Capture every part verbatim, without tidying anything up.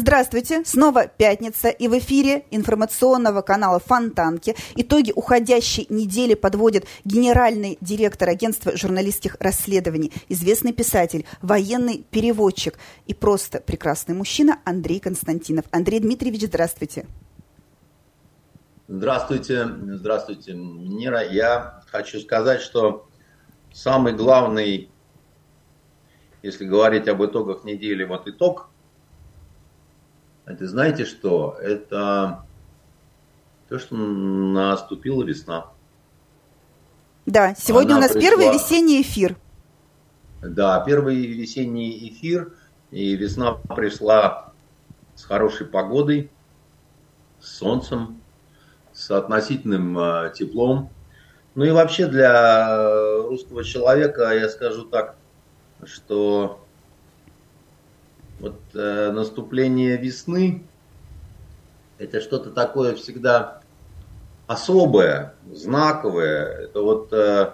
Здравствуйте, снова пятница, и в эфире информационного канала «Фонтанки» итоги уходящей недели подводит генеральный директор агентства журналистских расследований, известный писатель, военный переводчик и просто прекрасный мужчина Андрей Константинов. Андрей Дмитриевич, здравствуйте. Здравствуйте, здравствуйте, Нира. Я хочу сказать, что самый главный, если говорить об итогах недели, вот итог, это знаете что? Это то, что наступила весна. Да, сегодня Она у нас пришла... первый весенний эфир. Да, первый весенний эфир, и весна пришла с хорошей погодой, с солнцем, с относительным э, теплом. Ну и вообще для русского человека я скажу так, что вот э, наступление весны это что-то такое всегда особое, знаковое. Это вот э,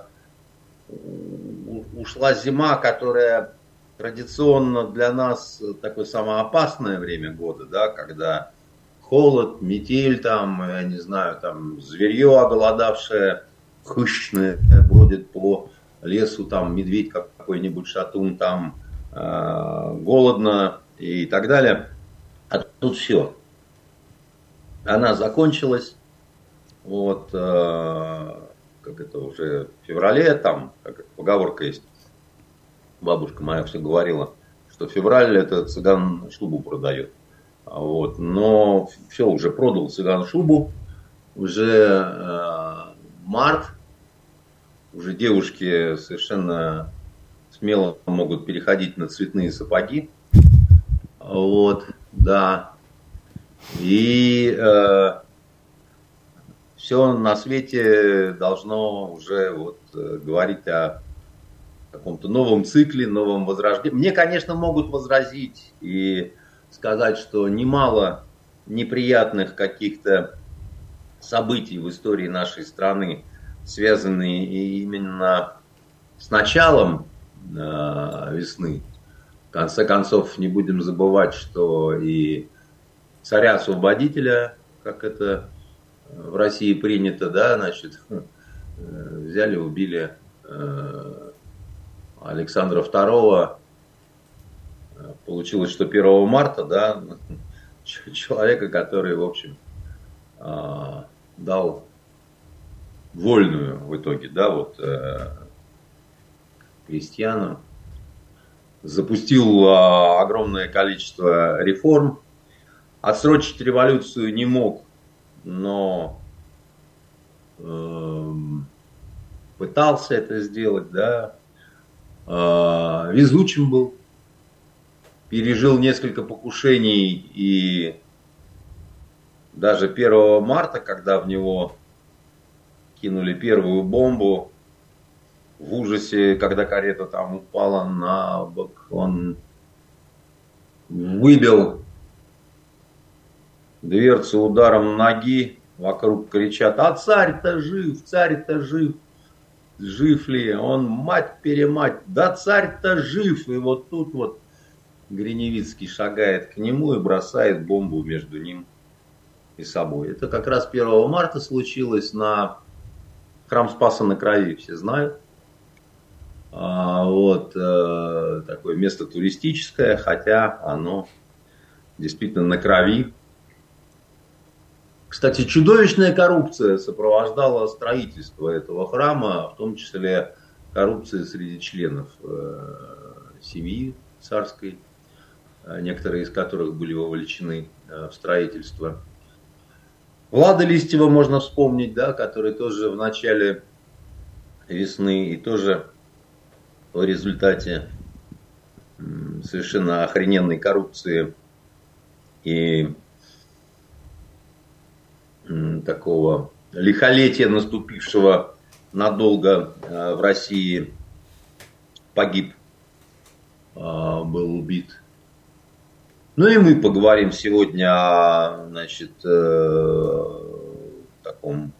ушла зима, которая традиционно для нас такое самое опасное время года, да, когда холод, метель, там, я не знаю, там зверье оголодавшее, хищное бродит по лесу, там медведь какой-нибудь, шатун, там э, голодно и так далее. А тут все. Она закончилась. Вот, э, как это уже в феврале, там, как поговорка есть, бабушка моя все говорила, что февраль это цыган шубу продает. Вот, но все, уже продал цыган шубу, уже э, март, уже девушки совершенно смело могут переходить на цветные сапоги. Вот, да. И э, все на свете должно уже вот, э, говорить о каком-то новом цикле, новом возрождении. Мне, конечно, могут возразить и сказать, что немало неприятных каких-то событий в истории нашей страны связаны именно с началом э, весны. В конце концов, не будем забывать, что и царя-освободителя, как это в России принято, да, значит, взяли, убили э, Александра второго. Получилось, что первого марта, да, человека, который, в общем, э, дал вольную в итоге, да, вот э, крестьянам, запустил э, огромное количество реформ, отсрочить революцию не мог, но э, пытался это сделать, да, э, везучим был, пережил несколько покушений, и даже первого марта, когда в него кинули первую бомбу, в ужасе, когда карета там упала на бок, он выбил дверцу ударом ноги, вокруг кричат: а царь-то жив, царь-то жив. Жив ли? Он мать-перемать, да царь-то жив. И вот тут вот Гриневицкий шагает к нему и бросает бомбу между ним и собой. Это как раз первого марта случилось на храм Спаса на Крови, все знают. А, вот э, такое место туристическое, хотя оно действительно на крови. Кстати, чудовищная коррупция сопровождала строительство этого храма, в том числе коррупция среди членов э, семьи царской, некоторые из которых были вовлечены э, в строительство. Влада Листьева можно вспомнить, да, который тоже в начале весны и тоже в результате совершенно охрененной коррупции и такого лихолетия, наступившего надолго в России, погиб, был убит. Ну и мы поговорим сегодня о, значит, таком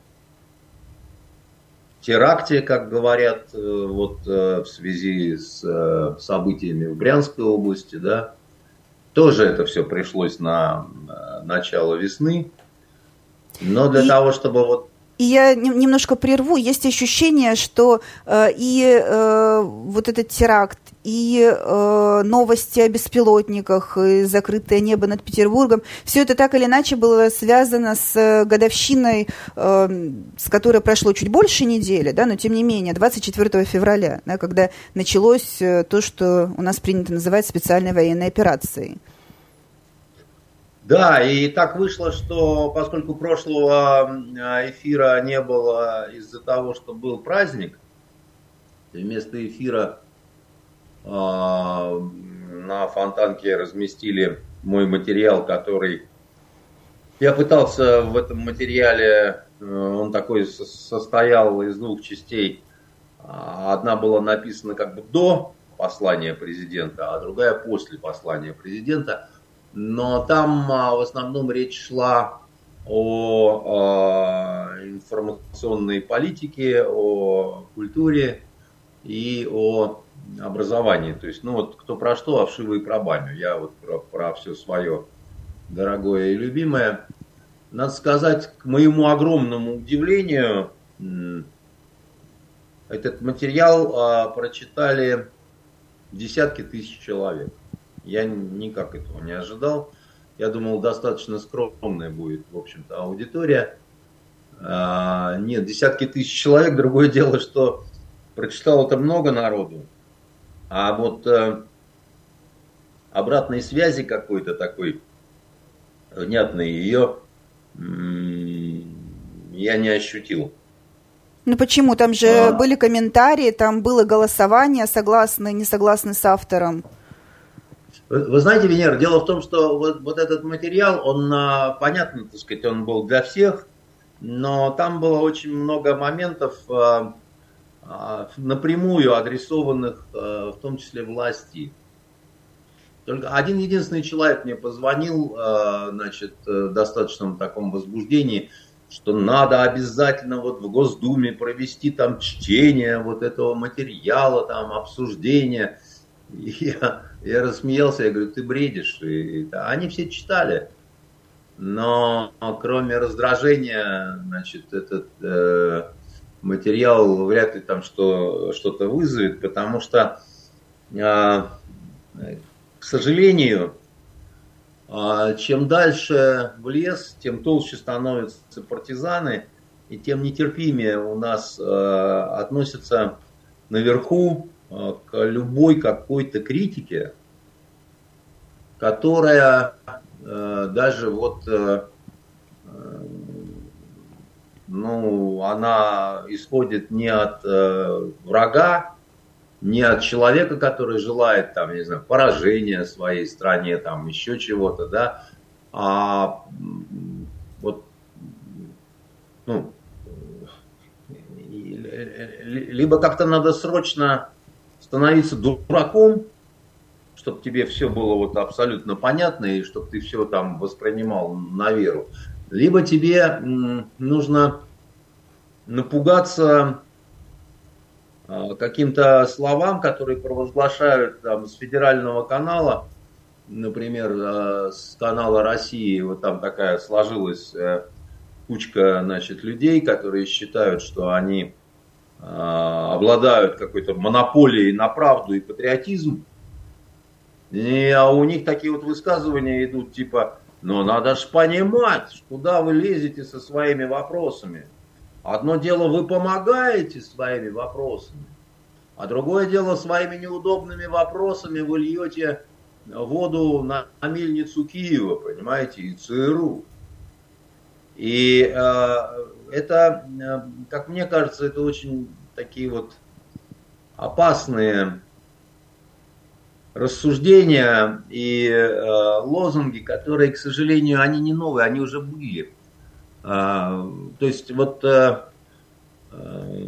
теракте, как говорят, вот в связи с событиями в Брянской области, да. тоже это все пришлось на начало весны. Но для и, того, чтобы вот... И я немножко прерву. Есть ощущение, что э, и э, вот этот теракт, и э, новости о беспилотниках, и закрытое небо над Петербургом, все это так или иначе было связано с годовщиной, э, с которой прошло чуть больше недели, да, но тем не менее, двадцать четвёртого февраля, да, когда началось то, что у нас принято называть специальной военной операцией. Да, и так вышло, что поскольку прошлого эфира не было из-за того, что был праздник, вместо эфира э, на Фонтанке разместили мой материал, который... Я пытался в этом материале, э, он такой состоял из двух частей. Одна была написана как бы до послания президента, а другая после послания президента. Но там в основном речь шла о, о информационной политике, о культуре и о образовании. То есть, ну вот кто про что, а вшивы и про баню. Я вот про, про все свое дорогое и любимое. Надо сказать, к моему огромному удивлению, этот материал прочитали десятки тысяч человек. Я никак этого не ожидал. Я думал, достаточно скромная будет, в общем-то, аудитория. А, нет, десятки тысяч человек. Другое дело, что прочитал это много народу. А вот а, обратной связи какой-то такой внятной ее м- я не ощутил. Ну почему? Там же а... были комментарии, там было голосование, согласны, не согласны с автором. Вы знаете, Венера, дело в том, что вот, вот этот материал, он, понятно, так сказать, он был для всех, но там было очень много моментов, напрямую адресованных, в том числе власти. Только один единственный человек мне позвонил, значит, в достаточном таком возбуждении, что надо обязательно вот в Госдуме провести там чтение вот этого материала, там обсуждение. Я, я рассмеялся, я говорю, ты бредишь. И, да, они все читали, но кроме раздражения, значит, этот э, материал вряд ли там что, что-то вызовет, потому что, э, к сожалению, э, чем дальше в лес, тем толще становятся партизаны, и тем нетерпимее у нас э, относятся наверху к любой какой-то критике, которая э, даже вот, э, ну, она исходит не от э, врага, не от человека, который желает, там, не знаю, поражения своей стране, там, еще чего-то, да, а вот, ну, либо как-то надо срочно становиться дураком, чтобы тебе все было вот абсолютно понятно и чтобы ты все там воспринимал на веру. Либо тебе м, нужно напугаться э, каким-то словам, которые провозглашают там, с федерального канала, например, э, с канала России, вот там такая сложилась э, кучка, значит, людей, которые считают, что они обладают какой-то монополией на правду и патриотизм. И, а у них такие вот высказывания идут типа, ну надо ж понимать, куда вы лезете со своими вопросами. Одно дело, вы помогаете своими вопросами, а другое дело, своими неудобными вопросами вы льете воду на мельницу Киева, понимаете, и ЦРУ. И э, это, э, как мне кажется, это очень такие вот опасные рассуждения и э, лозунги, которые, к сожалению, они не новые, они уже были. Э, то есть вот э, э,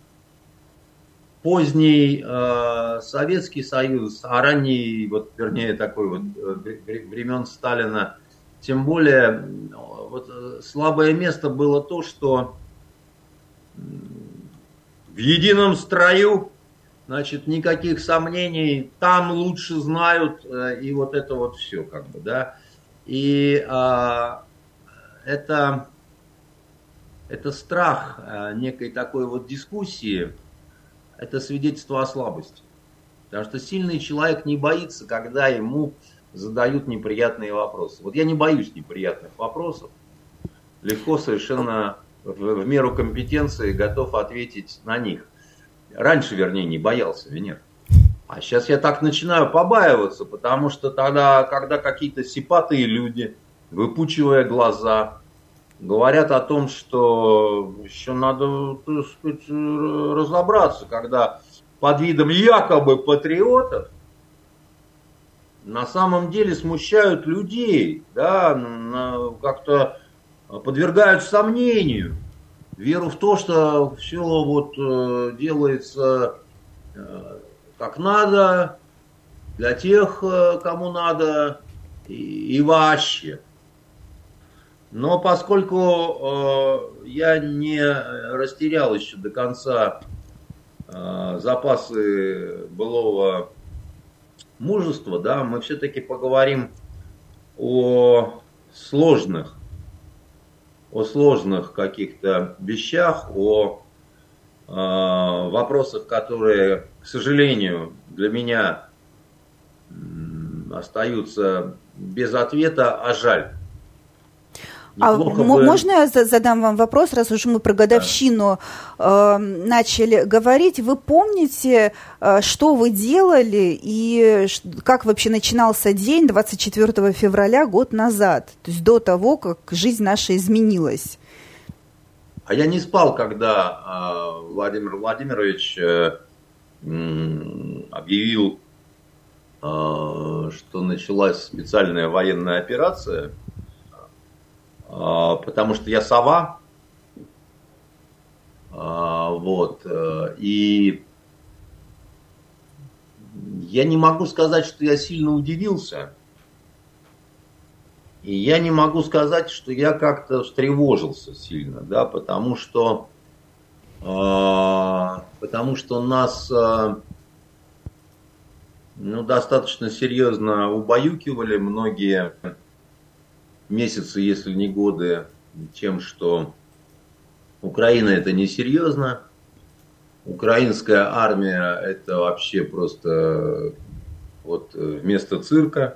поздний э, Советский Союз, а ранний, вот, вернее, такой вот времен Сталина, тем более, вот, слабое место было то, что в едином строю значит, никаких сомнений, там лучше знают, и вот это вот все, как бы, да. И а, это, это страх некой такой вот дискуссии, это свидетельство о слабости. Потому что сильный человек не боится, когда ему задают неприятные вопросы. Вот я не боюсь неприятных вопросов. Легко совершенно в, в меру компетенции готов ответить на них. Раньше, вернее, не боялся, Венера. А сейчас я так начинаю побаиваться, потому что тогда, когда какие-то сипатые люди, выпучивая глаза, говорят о том, что еще надо, так сказать, разобраться, когда под видом якобы патриотов на самом деле смущают людей, да, как-то подвергают сомнению веру в то, что все вот делается как надо, для тех, кому надо, и, и вообще. Но поскольку я не растерял еще до конца запасы былого мужества, да, мы все-таки поговорим о сложных, о сложных каких-то вещах, о э, вопросах, которые, к сожалению, для меня э, остаются без ответа, а жаль. А бы... Можно я задам вам вопрос, раз уж мы про годовщину да. э, начали говорить. Вы помните, э, что вы делали и как вообще начинался день двадцать четвёртого февраля год назад, то есть до того, как жизнь наша изменилась? А я не спал, когда э, Владимир Владимирович э, э, объявил, э, что началась специальная военная операция. Потому что я сова, вот, и я не могу сказать, что я сильно удивился, и я не могу сказать, что я как-то встревожился сильно, да, потому что, потому что нас, ну, достаточно серьезно убаюкивали многие месяцы, если не годы, тем, что Украина это несерьезно, украинская армия это вообще просто вот вместо цирка,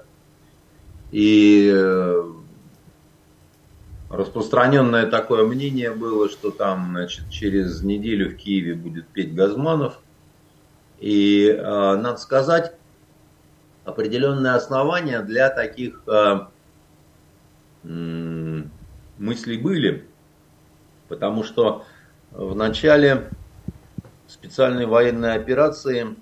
и распространенное такое мнение было, что там, значит, через неделю в Киеве будет петь Газманов, и надо сказать, определенные основания для таких мысли были, потому что в начале специальной военной операции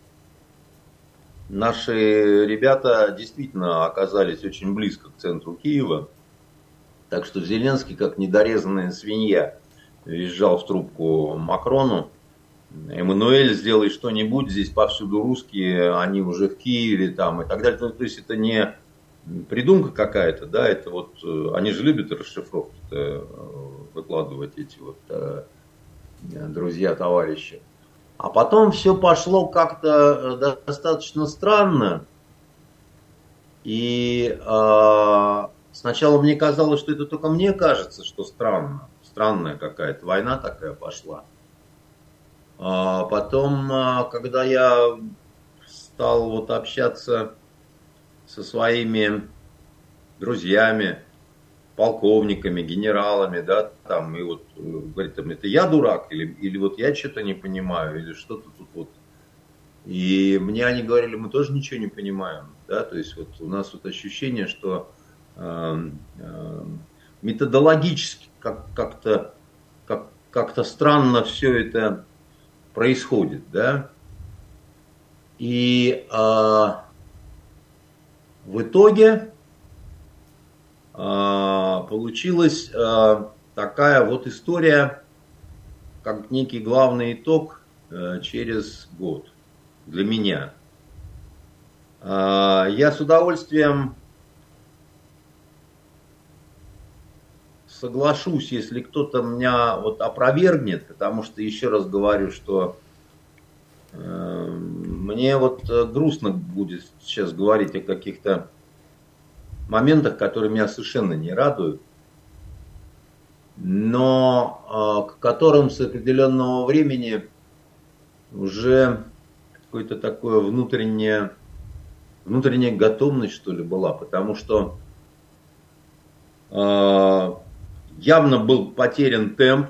наши ребята действительно оказались очень близко к центру Киева, так что Зеленский, как недорезанная свинья, визжал в трубку Макрону: Эммануэль, сделай что-нибудь, здесь повсюду русские, они уже в Киеве там, и так далее. То есть это не придумка какая-то, да, это вот, они же любят расшифровки выкладывать, эти вот друзья, товарищи. А потом все пошло как-то достаточно странно, и э, сначала мне казалось, что это только мне кажется, что странно, странная какая-то война такая пошла. А потом, когда я стал вот общаться со своими друзьями, полковниками, генералами, да, там, и вот говорит, там, это я дурак, или, или вот я что-то не понимаю, или что-то тут вот. И мне они говорили, мы тоже ничего не понимаем, да, то есть вот у нас вот ощущение, что э, э, методологически как, как-то, как, как-то странно все это происходит, да, и э, в итоге э, получилась э, такая вот история, как некий главный итог э, через год для меня. Э, я с удовольствием соглашусь, если кто-то меня вот опровергнет, потому что, еще раз говорю, что э, мне вот грустно будет сейчас говорить о каких-то моментах, которые меня совершенно не радуют, но к которым с определенного времени уже какое-то такое внутреннее, внутренняя готовность, что ли, была, потому что э, явно был потерян темп,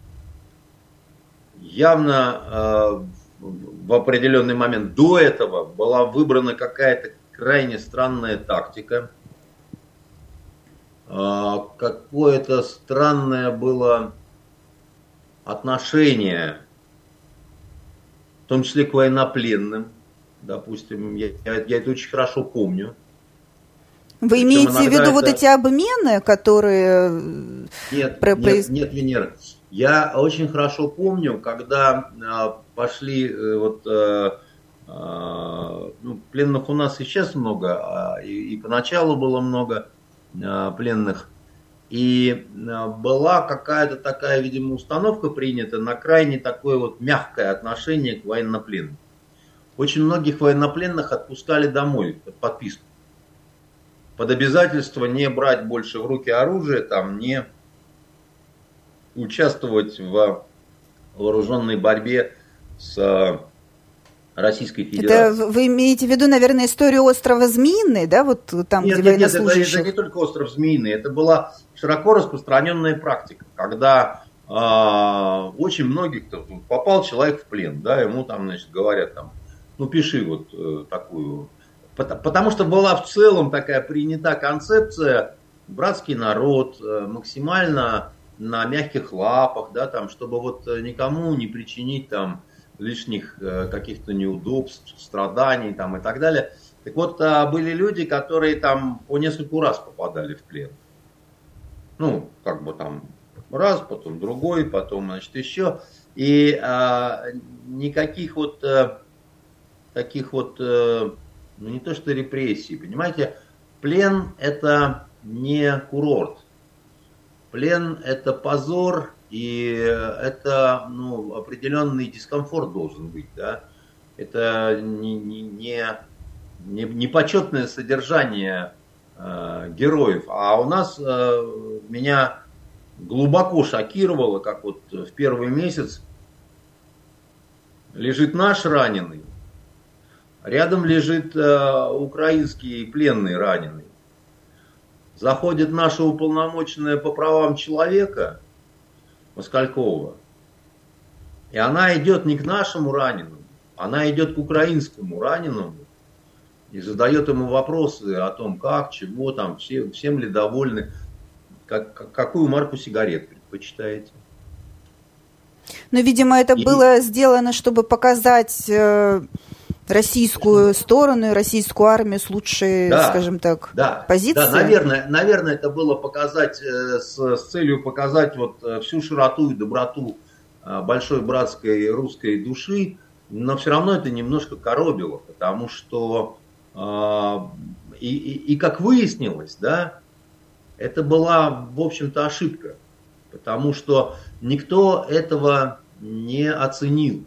явно э, в определенный момент до этого была выбрана какая-то крайне странная тактика, э, какое-то странное было отношение, в том числе к военнопленным, допустим, я, я, я это очень хорошо помню. Вы имеете в виду это... вот эти обмены, которые... Нет, про... нет, нет, Венера. Я очень хорошо помню, когда а, пошли вот, а, а, ну, пленных у нас и сейчас много, а, и, и поначалу было много а, пленных. И была какая-то такая, видимо, установка принята на крайне такое вот мягкое отношение к военнопленным. Очень многих военнопленных отпускали домой под подписку. Под обязательство не брать больше в руки оружие, там, не участвовать в вооруженной борьбе с Российской Федерацией. Это вы имеете в виду, наверное, историю острова Змеиный, да, вот там, нет, где нет, нет, это, это не только остров Змеиный, это была широко распространенная практика, когда э, очень многих кто попал человек в плен, да, ему там, значит, говорят там, ну пиши вот э, такую, потому что была в целом такая принята концепция братский народ, э, максимально на мягких лапах, да, там, чтобы вот никому не причинить там лишних э, каких-то неудобств, страданий там, и так далее. Так вот, э, были люди, которые там по нескольку раз попадали в плен. Ну, как бы там раз, потом другой, потом, значит, еще. И э, никаких вот э, таких вот, э, ну не то что репрессий, понимаете, плен это не курорт. Плен это позор. И это, ну, определенный дискомфорт должен быть, да. Это не, не, не, не почетное содержание э, героев. А у нас э, меня глубоко шокировало, как вот в первый месяц лежит наш раненый, рядом лежит э, украинский пленный раненый. Заходит наша уполномоченная по правам человека, Москалькова. И она идет не к нашему раненому, она идет к украинскому раненому и задает ему вопросы о том, как, чего там, все, всем ли довольны, как, какую марку сигарет предпочитаете. Ну, видимо, это и... было сделано, чтобы показать э, российскую сторону и российскую армию с лучшей, да, скажем так, да, позиции. Да, наверное, наверное, это было показать э, с, с целью показать вот э, всю широту и доброту э, большой братской русской души, но все равно это немножко коробило, потому что э, и, и, и как выяснилось, да, это была, в общем-то, ошибка, потому что никто этого не оценил.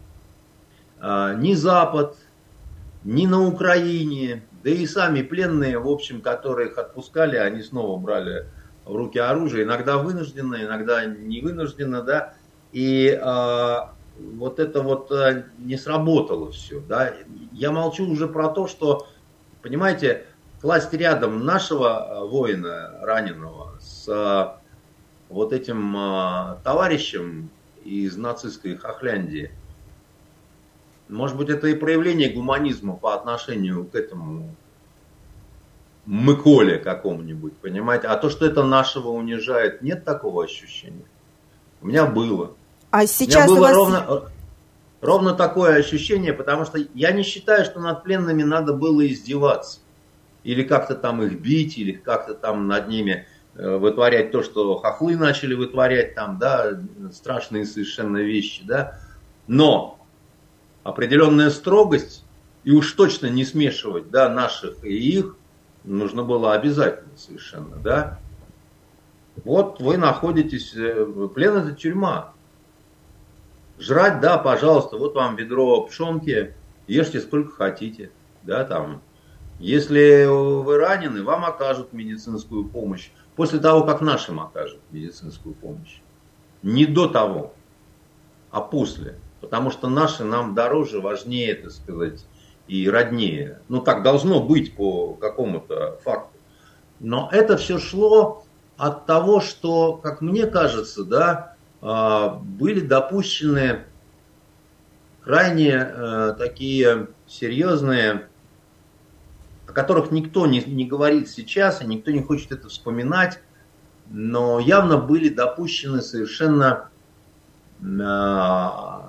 Ни Запад, ни на Украине, да и сами пленные, в общем, которые их отпускали, они снова брали в руки оружие, иногда вынужденно, иногда не вынужденно, да, и э, вот это вот э, не сработало все, да. Я молчу уже про то, что, понимаете, класть рядом нашего воина раненого с э, вот этим э, товарищем из нацистской Хохляндии, может быть, это и проявление гуманизма по отношению к этому Миколе какому-нибудь, понимаете? А то, что это нашего унижает, нет такого ощущения. У меня было. А сейчас у меня было у вас... ровно, ровно такое ощущение, потому что я не считаю, что над пленными надо было издеваться. Или как-то там их бить, или как-то там над ними вытворять то, что хохлы начали вытворять, там, да, страшные совершенно вещи, да. Но определенная строгость, и уж точно не смешивать, да, наших и их, нужно было обязательно совершенно, да. Вот вы находитесь, плен это тюрьма. Жрать, да, пожалуйста, вот вам ведро пшенки, ешьте сколько хотите, да, там. Если вы ранены, вам окажут медицинскую помощь после того, как нашим окажут медицинскую помощь. Не до того, а после. Потому что наши нам дороже, важнее, так сказать, и роднее. Ну, так должно быть по какому-то факту. Но это все шло от того, что, как мне кажется, да, были допущены крайне такие серьезные, о которых никто не, не говорит сейчас, и никто не хочет это вспоминать, но явно были допущены совершенно э,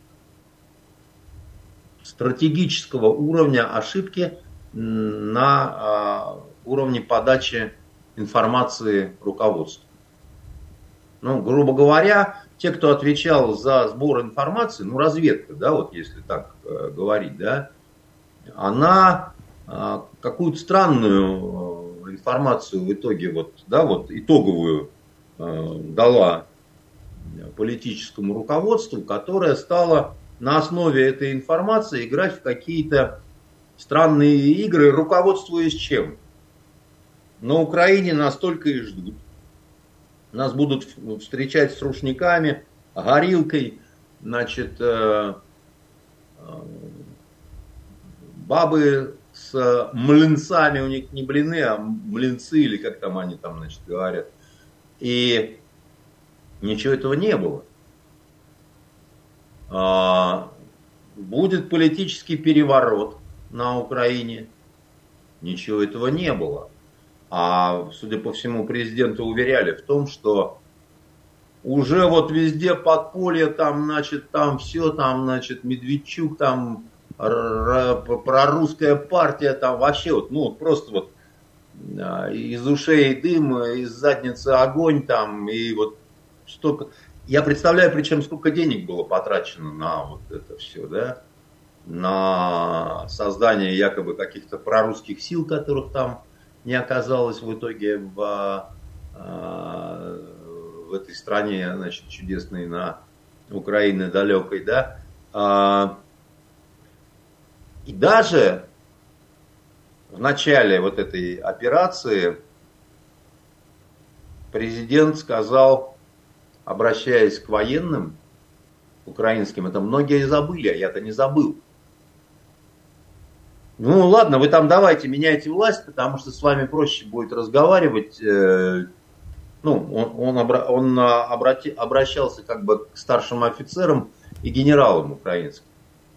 стратегического уровня ошибки на э, уровне подачи информации руководству. Ну, грубо говоря, те, кто отвечал за сбор информации, ну, разведка, да, вот если так э, говорить, да, она какую-то странную информацию в итоге, вот, да, вот итоговую э, дала политическому руководству, которое стало на основе этой информации играть в какие-то странные игры, руководствуясь чем? На Украине нас только и ждут. Нас будут встречать с рушниками, горилкой, значит, э, э, бабы с млинцами, у них не блины, а млинцы, или как там они там, значит, говорят. И ничего этого не было. А, будет политический переворот на Украине. Ничего этого не было. А, судя по всему, президента уверяли в том, что уже вот везде подполье, там, значит, там все, там, значит, Медведчук, там, прорусская партия, там вообще вот, ну просто вот из ушей дым, из задницы огонь там, и вот столько. Я представляю, причем сколько денег было потрачено на вот это все, да, на создание якобы каких-то прорусских сил, которых там не оказалось в итоге в, в этой стране, значит, чудесной, на Украине далекой, да. И даже в начале вот этой операции президент сказал, обращаясь к военным украинским, это многие забыли, а я-то не забыл. Ну ладно, вы там давайте меняйте власть, потому что с вами проще будет разговаривать. Ну, он, он, обра- он обрати- обращался как бы к старшим офицерам и генералам украинским.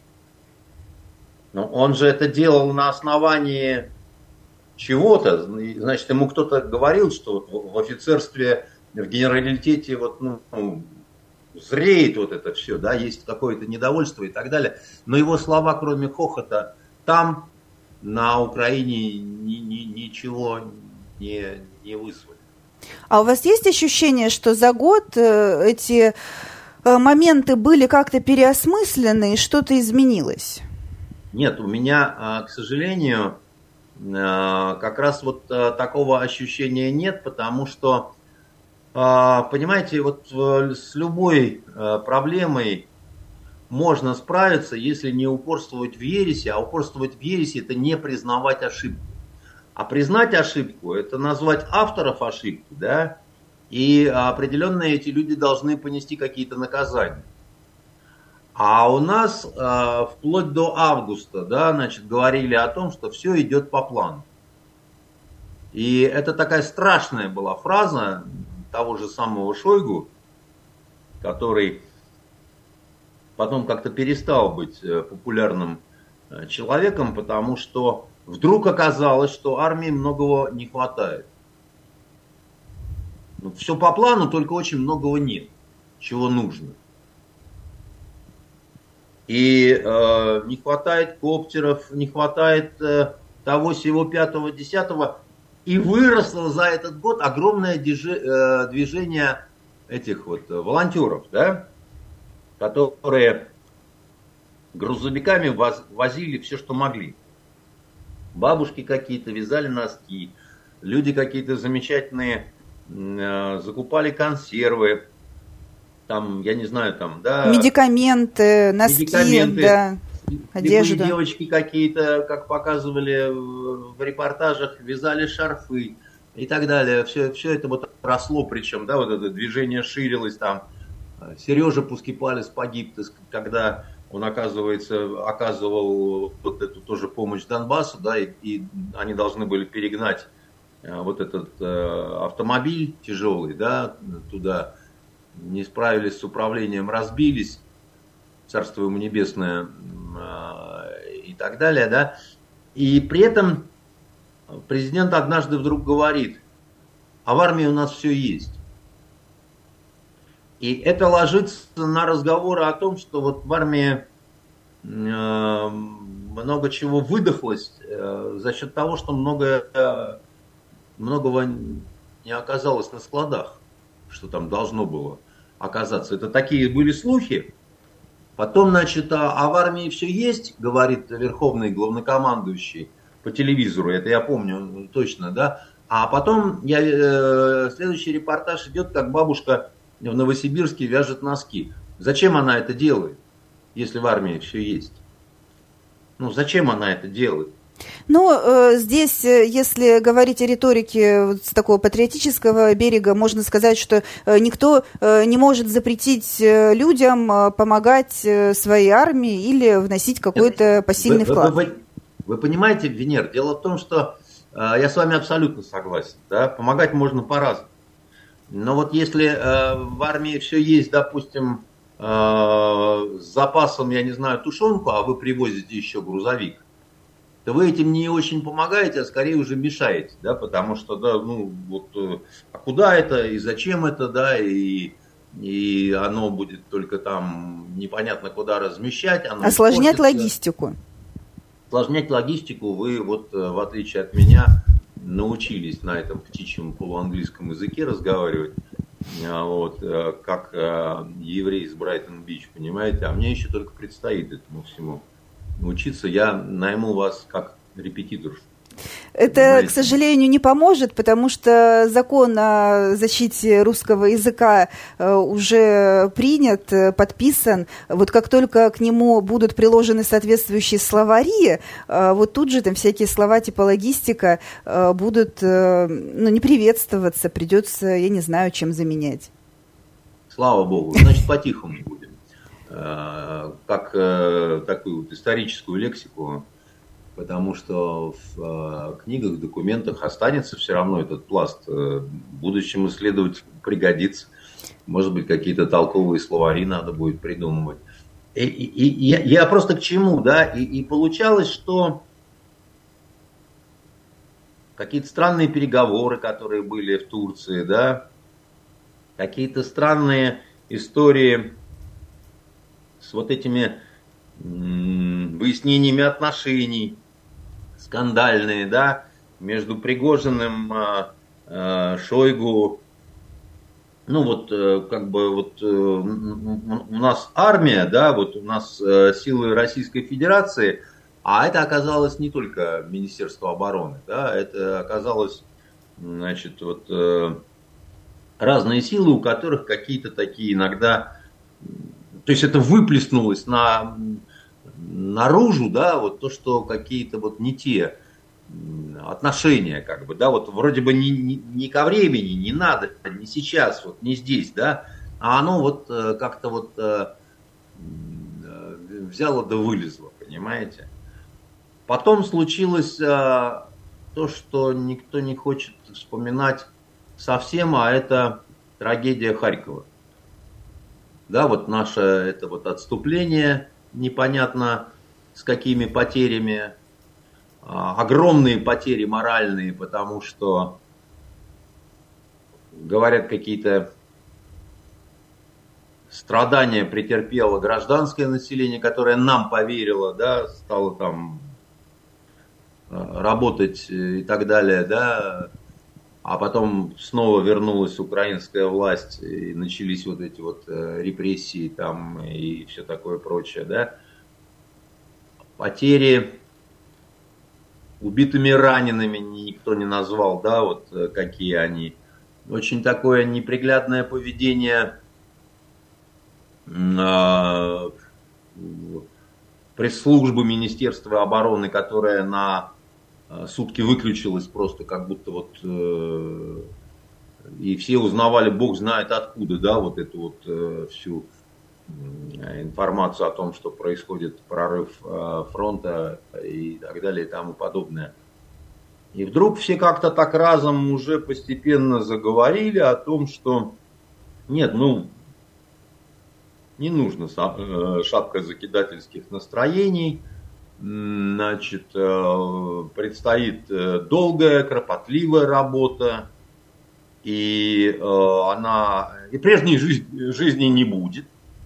Но он же это делал на основании чего-то. Значит, ему кто-то говорил, что в офицерстве, в генералитете вот, ну, зреет вот это все, да, есть какое-то недовольство и так далее. Но его слова, кроме хохота, там, на Украине, ни, ни, ничего не, не вызвали. А у вас есть ощущение, что за год эти моменты были как-то переосмыслены и что-то изменилось? Нет, у меня, к сожалению, как раз вот такого ощущения нет, потому что, понимаете, вот с любой проблемой можно справиться, если не упорствовать в ереси, а упорствовать в ереси – это не признавать ошибку. А признать ошибку – это назвать авторов ошибки, да, и определенно эти люди должны понести какие-то наказания. А у нас э, вплоть до августа, да, значит, говорили о том, что все идет по плану. И это такая страшная была фраза того же самого Шойгу, который потом как-то перестал быть популярным человеком, потому что вдруг оказалось, что армии многого не хватает. Ну, все по плану, только очень многого нет, чего нужно. И э, не хватает коптеров, не хватает э, того, сего, пятого, десятого. И выросло за этот год огромное движи, э, движение этих вот волонтеров, да, которые грузовиками воз, возили все, что могли. Бабушки какие-то вязали носки, люди какие-то замечательные э, закупали консервы. Там, я не знаю, там, да. Медикаменты, носки, медикаменты. да. одежду. Девочки какие-то, как показывали в репортажах, вязали шарфы и так далее. Все, все это вот росло, причем, да, вот это движение ширилось там. Сережа Пускипалис погиб, когда он, оказывается, оказывал вот эту тоже помощь Донбассу, да, и, и они должны были перегнать вот этот э, автомобиль тяжелый, да, туда. Не справились с управлением, разбились, царство ему небесное, э, и так далее, да. И при этом президент однажды вдруг говорит: а в армии у нас все есть. И это ложится на разговоры о том, что вот в армии э, много чего выдохлось э, за счет того, что многое, э, многого не оказалось на складах, что там должно было оказаться. Это такие были слухи. Потом, значит, а, а в армии все есть, говорит верховный главнокомандующий по телевизору, это я помню точно, да. А потом я, э, следующий репортаж идет, как бабушка в Новосибирске вяжет носки. Зачем она это делает, если в армии все есть? Ну, зачем она это делает? Ну, э, здесь, если говорить о риторике вот с такого патриотического берега, можно сказать, что э, никто э, не может запретить э, людям э, помогать э, своей армии или вносить какой-то посильный вы, вклад. Вы, вы, вы понимаете, Венер, дело в том, что э, я с вами абсолютно согласен. Да? Помогать можно по-разному. Но вот если э, в армии все есть, допустим, э, с запасом, я не знаю, тушенку, а вы привозите еще грузовик, то вы этим не очень помогаете, а скорее уже мешаете, да, потому что, да, ну, вот, э, а куда это и зачем это, да, и, и оно будет только там непонятно куда размещать. Оно осложнять испортится. логистику. Осложнять логистику вы, вот, в отличие от меня, научились на этом птичьем полуанглийском языке разговаривать, вот, как еврей из Брайтон-Бич, понимаете, а мне еще только предстоит этому всему научиться. Я найму вас как репетиторшу. Это, понимаете? К сожалению, не поможет, потому что закон о защите русского языка уже принят, подписан. Вот как только к нему будут приложены соответствующие словари, вот тут же там всякие слова типа логистика будут, ну, не приветствоваться, придется, я не знаю, чем заменять. Слава богу, значит, по-тихому будем. Как такую вот историческую лексику. Потому что в э, книгах, документах останется все равно этот пласт. Э, будущим исследователям пригодится. Может быть, какие-то толковые словари надо будет придумывать. И, и, и я, я просто к чему, да? И, и получалось, что какие-то странные переговоры, которые были в Турции, да? Какие-то странные истории с вот этими м- выяснениями отношений, скандальные, да, между Пригожиным, э, э, Шойгу. Ну вот, э, как бы вот э, у нас армия, да, вот у нас э, силы Российской Федерации, а это оказалось не только Министерство обороны, да, это оказалось, значит, вот э, разные силы, у которых какие-то такие иногда, то есть это выплеснулось на наружу, да, вот то, что какие-то вот не те отношения, как бы, да, вот вроде бы не, не, не ко времени, не надо, не сейчас, вот не здесь, да, а оно вот как-то вот взяло да вылезло, понимаете. Потом случилось то, что никто не хочет вспоминать совсем, а это трагедия Харькова. Да, вот наше это вот отступление, непонятно с какими потерями, огромные потери моральные, потому что говорят, какие-то страдания претерпело гражданское население, которое нам поверило, да, стало там работать и так далее, да, а потом снова вернулась украинская власть, и начались вот эти вот репрессии там и все такое прочее, да. Потери убитыми, ранеными никто не назвал, да, вот какие они. Очень такое неприглядное поведение пресс-службы Министерства обороны, которая на сутки выключилась просто как будто вот... И все узнавали, бог знает откуда, да, вот эту вот всю информацию о том, что происходит прорыв фронта и так далее и тому подобное. И вдруг все как-то так разом уже постепенно заговорили о том, что нет, ну, не нужно шапка закидательских настроений, значит, предстоит долгая, кропотливая работа, и она, и прежней жизни, жизни не будет.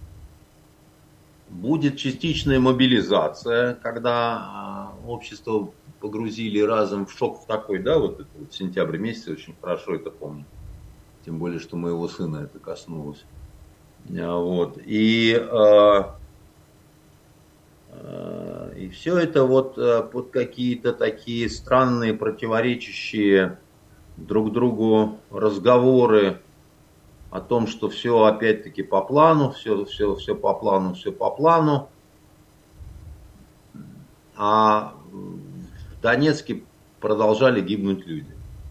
Будет частичная мобилизация, когда общество погрузили разом в шок в такой, да, вот это вот сентябрь месяц, очень хорошо это помню. Тем более, что моего сына это коснулось. Вот. И, э, э, и все это вот под какие-то такие странные, противоречащие друг другу разговоры о том, что все опять-таки по плану, все, все, все по плану, все по плану. А в Донецке продолжали гибнуть люди.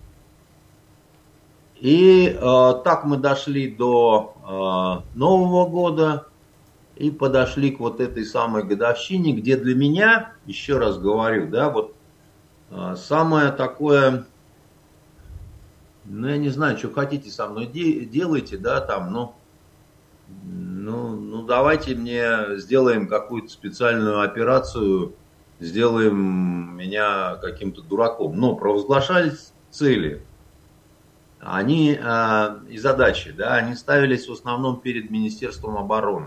И э, так мы дошли до э, Нового года и подошли к вот этой самой годовщине, где для меня, еще раз говорю, да, вот э, самое такое... Ну, я не знаю, что хотите со мной де- делайте, да, там, ну, ну, ну, давайте мне сделаем какую-то специальную операцию, сделаем меня каким-то дураком. Но провозглашались цели, они э, и задачи, да, они ставились в основном перед Министерством обороны.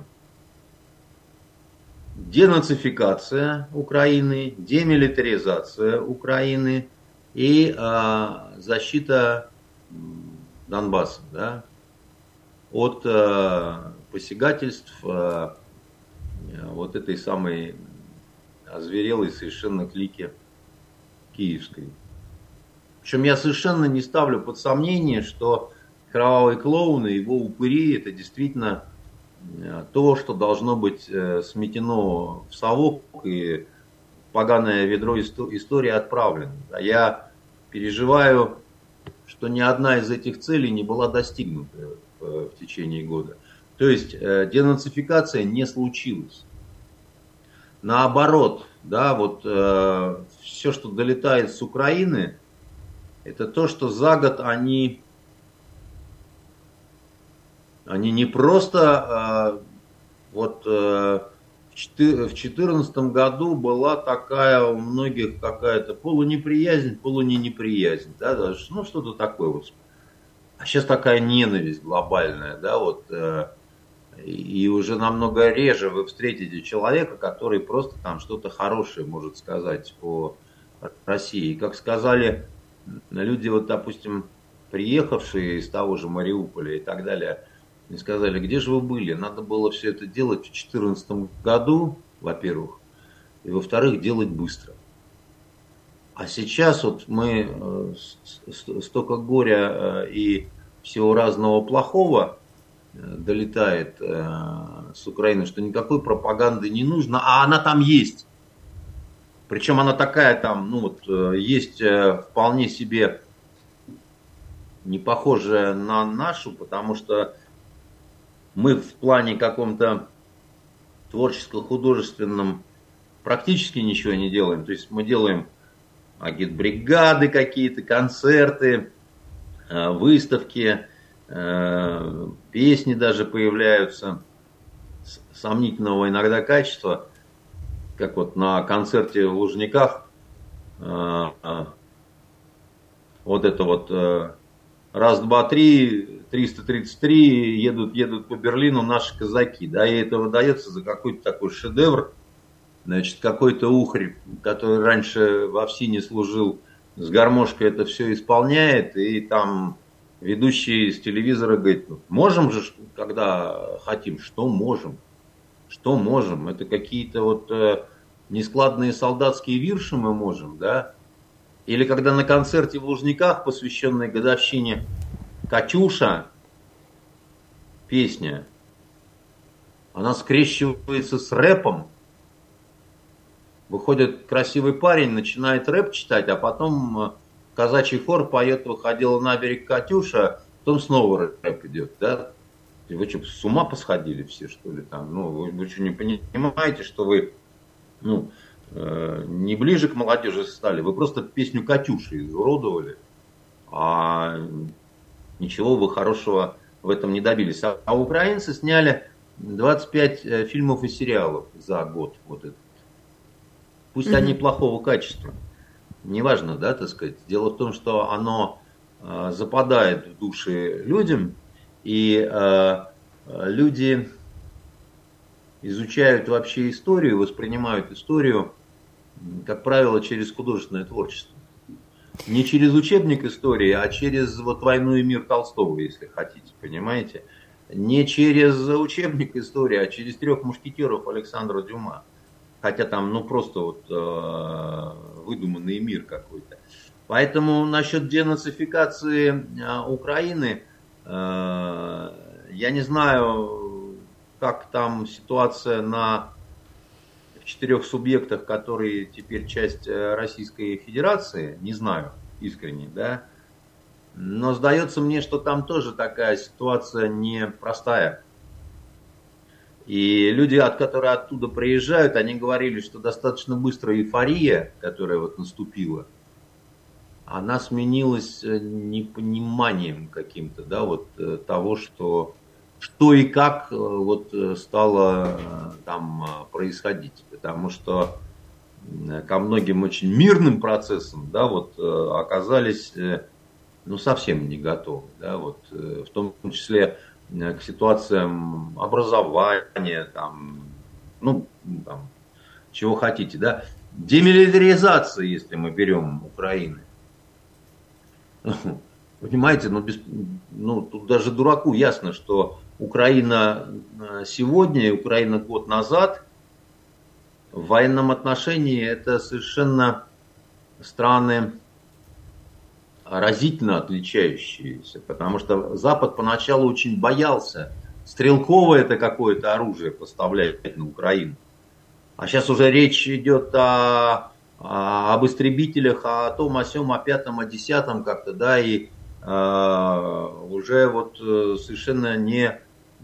Денацификация Украины, демилитаризация Украины и э, защита Донбасса, да, от э, посягательств э, вот этой самой озверелой совершенно клики киевской. Причем я совершенно не ставлю под сомнение, что кровавый клоун и его упыри это действительно то, что должно быть сметено в совок и поганое ведро истории отправлено. Я переживаю, что ни одна из этих целей не была достигнута в течение года. То есть денацификация не случилась. Наоборот, да, вот э, все, что долетает с Украины, это то, что за год они, они не просто, э, вот э, в две тысячи четырнадцатом году была такая у многих какая-то полунеприязнь, полуненеприязнь, да, даже, ну что-то такое вот. А сейчас такая ненависть глобальная, да, вот. Э, И уже намного реже вы встретите человека, который просто там что-то хорошее может сказать о России. И как сказали люди, вот, допустим, приехавшие из того же Мариуполя и так далее, они сказали, где же вы были? Надо было все это делать в две тысячи четырнадцатом году, во-первых, и во-вторых, делать быстро. А сейчас вот мы столько горя и всего разного плохого долетает э, с Украины, что никакой пропаганды не нужно, а она там есть. Причем она такая там, ну вот, э, есть э, вполне себе не похожая на нашу, потому что мы в плане каком-то творческо-художественном практически ничего не делаем. То есть мы делаем агитбригады какие-то, концерты, э, выставки, песни даже появляются сомнительного иногда качества, как вот на концерте в Лужниках, вот это вот раз, два, три, триста тридцать три едут, едут по Берлину наши казаки, да, и это выдается за какой-то такой шедевр, значит, какой-то ухарь, который раньше в Овсине служил, с гармошкой это все исполняет, и там ведущий с телевизора говорит, можем же, когда хотим, что можем, что можем, это какие-то вот э, нескладные солдатские вирши мы можем, да, или когда на концерте в Лужниках, посвященной годовщине «Катюша», песня, она скрещивается с рэпом, Выходит красивый парень, начинает рэп читать, а потом казачий хор поет «Выходила на берег Катюша», потом снова рэп идет, да? Вы что, с ума посходили все, что ли, там? Ну, вы, вы что, не понимаете, что вы, ну, э, не ближе к молодежи стали, вы просто песню «Катюши» изуродовали, а ничего вы хорошего в этом не добились. А, а украинцы сняли двадцать пять фильмов и сериалов за год, вот этот. Пусть mm-hmm. они плохого качества, неважно, да, так сказать. Дело в том, что оно э, западает в души людям, и э, люди изучают вообще историю, воспринимают историю, как правило, через художественное творчество. Не через учебник истории, а через вот «Войну и мир» Толстого, если хотите, понимаете? Не через учебник истории, а через «Трех мушкетеров» Александра Дюма. Хотя там, ну, просто вот э, выдуманный мир какой-то. Поэтому насчет денацификации э, Украины, э, я не знаю, как там ситуация на четырех субъектах, которые теперь часть Российской Федерации, не знаю, искренне, да. Но сдается мне, что там тоже такая ситуация непростая. И люди, от которые оттуда приезжают, они говорили, что достаточно быстро эйфория, которая вот наступила, она сменилась непониманием каким-то, да, вот того, что, что и как вот стало там происходить. Потому что ко многим очень мирным процессам, да, вот оказались, ну, совсем не готовы, да, вот в том числе к ситуациям образования, там, ну, там, чего хотите, да, демилитаризация, если мы берем Украину. Понимаете, ну, без, ну, тут даже дураку ясно, что Украина сегодня и Украина год назад в военном отношении это совершенно страны разительно отличающиеся, потому что Запад поначалу очень боялся стрелковое это какое-то оружие поставлять на Украину. А сейчас уже речь идет о, о, об истребителях, о том, о сём, о пятом, о десятом как-то, да, и э, уже вот совершенно не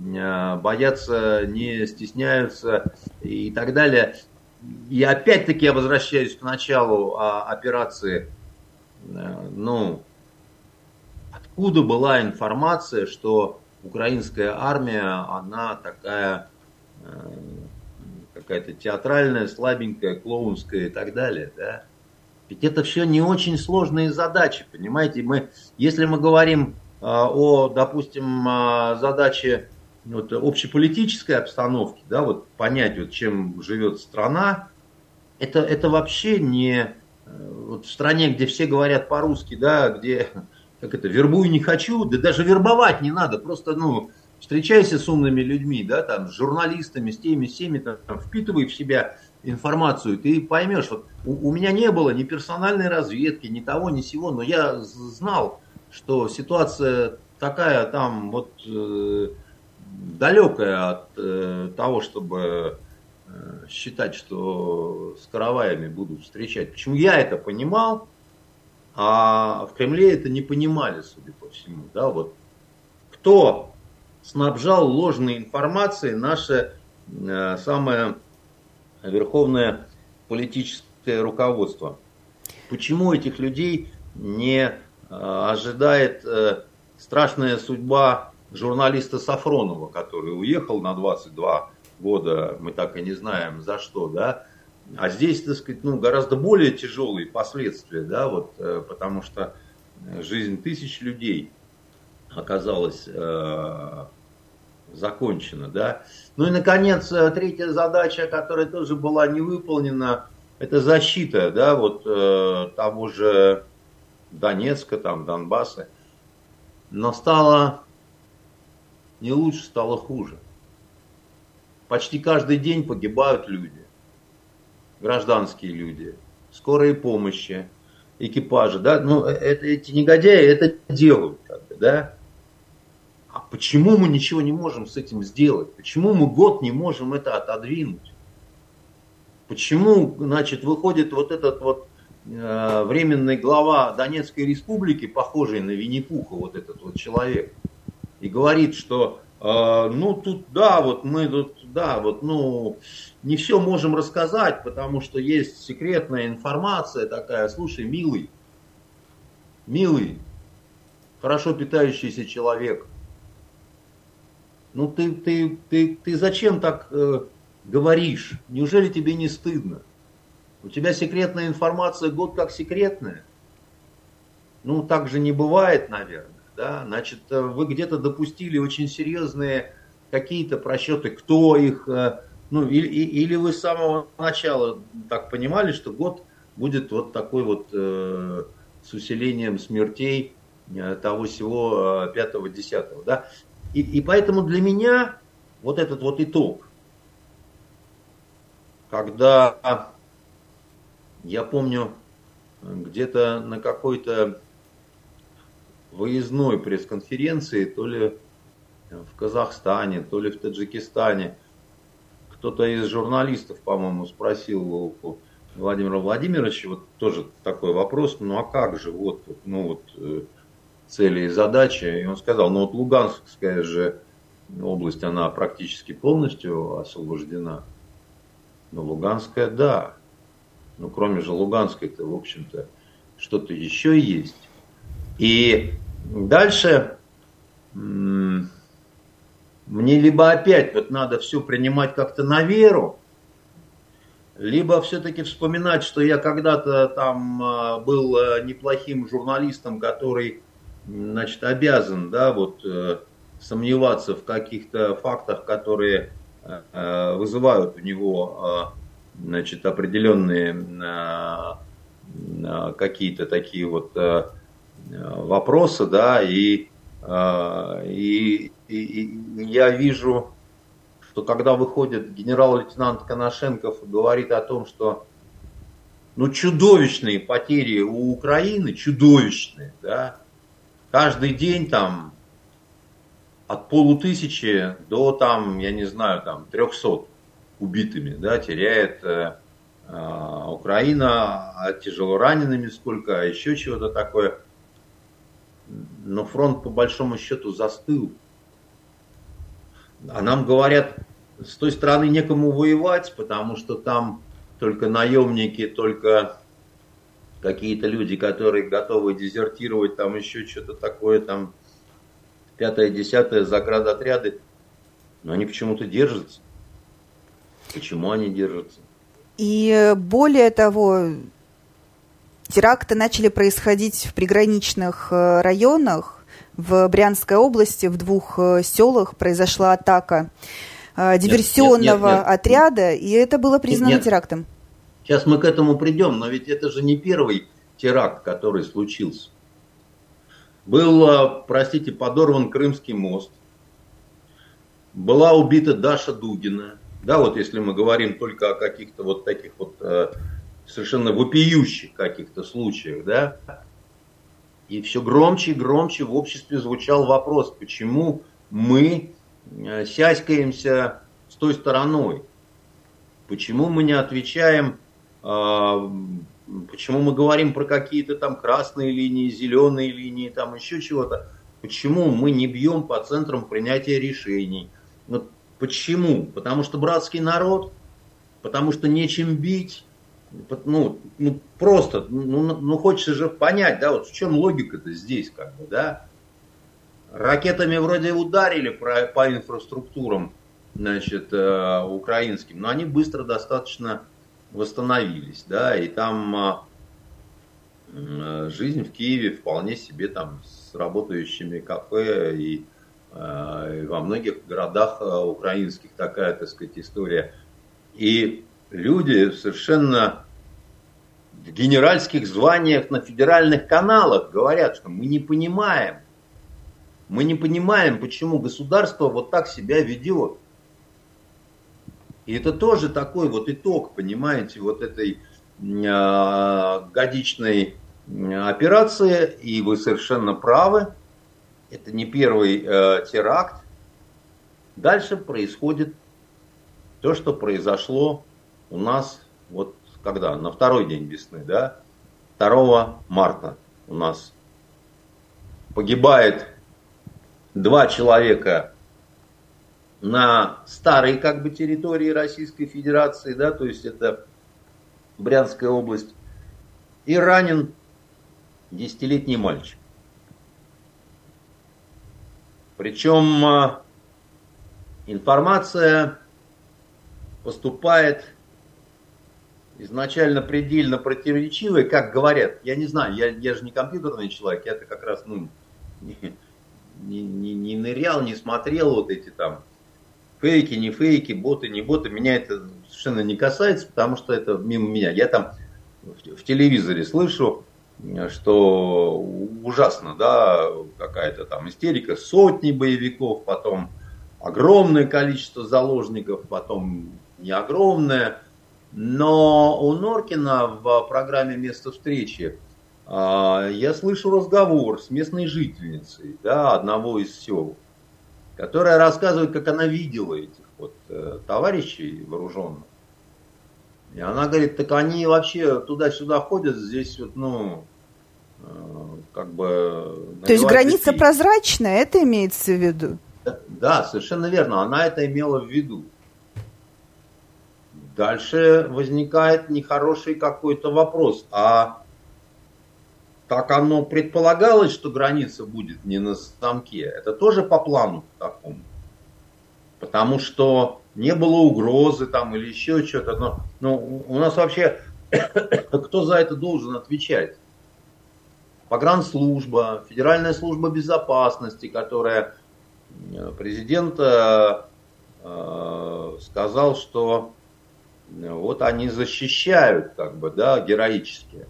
боятся, не стесняются и так далее. И опять-таки я возвращаюсь к началу операции. Ну, откуда была информация, что украинская армия, она такая какая-то театральная, слабенькая, клоунская и так далее, да? Ведь это все не очень сложные задачи, понимаете? Мы, если мы говорим о, допустим, задаче вот, общеполитической обстановки, да, вот понять, вот, чем живет страна, это, это вообще не вот в стране, где все говорят по-русски, да, где, как это, вербуй не хочу, да даже вербовать не надо, просто, ну, встречайся с умными людьми, да, там, с журналистами, с теми, с теми, там, впитывай в себя информацию, ты поймешь, вот у, у меня не было ни персональной разведки, ни того, ни сего, но я знал, что ситуация такая там вот э, далекая от э, того, чтобы э, считать, что с караваями будут встречать. Почему я это понимал, а в Кремле это не понимали, судя по всему, да, вот кто снабжал ложной информацией наше э, самое верховное политическое руководство. Почему этих людей не э, ожидает э, страшная судьба журналиста Сафронова, который уехал на двадцать два года, мы так и не знаем за что, да, а здесь, так сказать, ну, гораздо более тяжелые последствия, да, вот, э, потому что жизнь тысяч людей оказалась э, закончена, да. Ну и, наконец, третья задача, которая тоже была не выполнена, это защита, да, вот э, того же Донецка, там, Донбасса. Но стало не лучше, стало хуже. Почти каждый день погибают люди, гражданские люди, скорые помощи, экипажи, да, ну, это, эти негодяи это делают, как бы, да. А почему мы ничего не можем с этим сделать? Почему мы год не можем это отодвинуть? Почему, значит, выходит вот этот вот э, временный глава Донецкой республики, похожий на Винни-Пуха, вот этот вот человек, и говорит, что э, ну тут, да, вот мы тут, да, вот, ну, не все можем рассказать, потому что есть секретная информация такая. Слушай, милый, милый, хорошо питающийся человек, ну ты, ты, ты, ты зачем так э, говоришь? Неужели тебе не стыдно? У тебя секретная информация год как секретная? Ну так же не бывает, наверное. Да? Значит, вы где-то допустили очень серьезные какие-то просчеты, кто их, э, ну или, или вы с самого начала так понимали, что год будет вот такой вот э, с усилением смертей э, того всего э, пятого-десятого, да? И, и поэтому для меня вот этот вот итог, когда я помню где-то на какой-то выездной пресс-конференции, то ли в Казахстане, то ли в Таджикистане, кто-то из журналистов, по-моему, спросил у Владимира Владимировича вот тоже такой вопрос, ну а как же, вот, ну вот цели и задачи, и он сказал, ну вот Луганская же область, она практически полностью освобождена, но Луганская, да, ну кроме же Луганской-то, в общем-то, что-то еще есть. И дальше мне либо опять вот надо все принимать как-то на веру, либо все-таки вспоминать, что я когда-то там был неплохим журналистом, который, значит, обязан, да, вот сомневаться в каких-то фактах, которые вызывают у него, значит, определенные какие-то такие вот вопросы, да, и, и, и, и я вижу, что когда выходит генерал-лейтенант Коношенков и говорит о том, что ну, чудовищные потери у Украины, чудовищные, да, каждый день там от полутысячи до там, я не знаю, там трехсот убитыми, да, теряет э, э, Украина, а тяжело ранеными сколько, а еще чего-то такое. Но фронт по большому счету застыл. А нам говорят, с той стороны некому воевать, потому что там только наемники, только какие-то люди, которые готовы дезертировать, там еще что-то такое, там пятое, десятое, заградотряды. Но они почему-то держатся. Почему они держатся? И более того, теракты начали происходить в приграничных районах. В Брянской области в двух селах произошла атака диверсионного нет, нет, нет, нет. отряда, и это было признано нет, нет. терактом. Сейчас мы к этому придем, но ведь это же не первый теракт, который случился. Был, простите, подорван Крымский мост, была убита Даша Дугина. Да, вот если мы говорим только о каких-то вот таких вот э, совершенно вопиющих каких-то случаях, да, и все громче и громче в обществе звучал вопрос, почему мы сяськаемся с той стороной, почему мы не отвечаем, э, почему мы говорим про какие-то там красные линии, зеленые линии, там еще чего-то, почему мы не бьем по центрам принятия решений. Вот почему? Потому что братский народ, потому что нечем бить. Ну, ну просто, ну, ну хочется же понять, да, вот в чем логика-то здесь, как бы, да. Ракетами вроде ударили по, по инфраструктурам, значит, э, украинским, но они быстро достаточно восстановились, да, и там э, жизнь в Киеве вполне себе там с работающими кафе и, э, и во многих городах украинских такая, так сказать, история. И люди совершенно в генеральских званиях на федеральных каналах говорят, что мы не понимаем, мы не понимаем, почему государство вот так себя ведет. И это тоже такой вот итог, понимаете, вот этой э, годичной операции, и вы совершенно правы, это не первый э, теракт. Дальше происходит то, что произошло у нас вот когда, на второй день весны, да, второго марта у нас погибает два человека на старой как бы территории Российской Федерации, да, то есть это Брянская область, и ранен десятилетний мальчик. Причем информация поступает изначально предельно противоречивая, как говорят. Я не знаю, я, я же не компьютерный человек, я-то как раз ну, не, не, не, не нырял, не смотрел вот эти там фейки, не фейки, боты, не боты. Меня это совершенно не касается, потому что это мимо меня. Я там в, в телевизоре слышу, что ужасно, да, какая-то там истерика, сотни боевиков, потом огромное количество заложников, потом не огромное. Но у Норкина в программе «Место встречи» я слышу разговор с местной жительницей, да, одного из сел, которая рассказывает, как она видела этих вот товарищей вооруженных. И она говорит, так они вообще туда-сюда ходят, здесь вот, ну, как бы... То есть граница прозрачная, это имеется в виду? Да, совершенно верно, она это имела в виду. Дальше возникает нехороший какой-то вопрос, а так оно предполагалось, что граница будет не на замке, это тоже по плану такому? Потому что не было угрозы там или еще что-то. Но, но у нас вообще кто за это должен отвечать? Погранслужба, Федеральная служба безопасности, которая президент э, э, сказал, что вот они защищают, как бы, да, героически.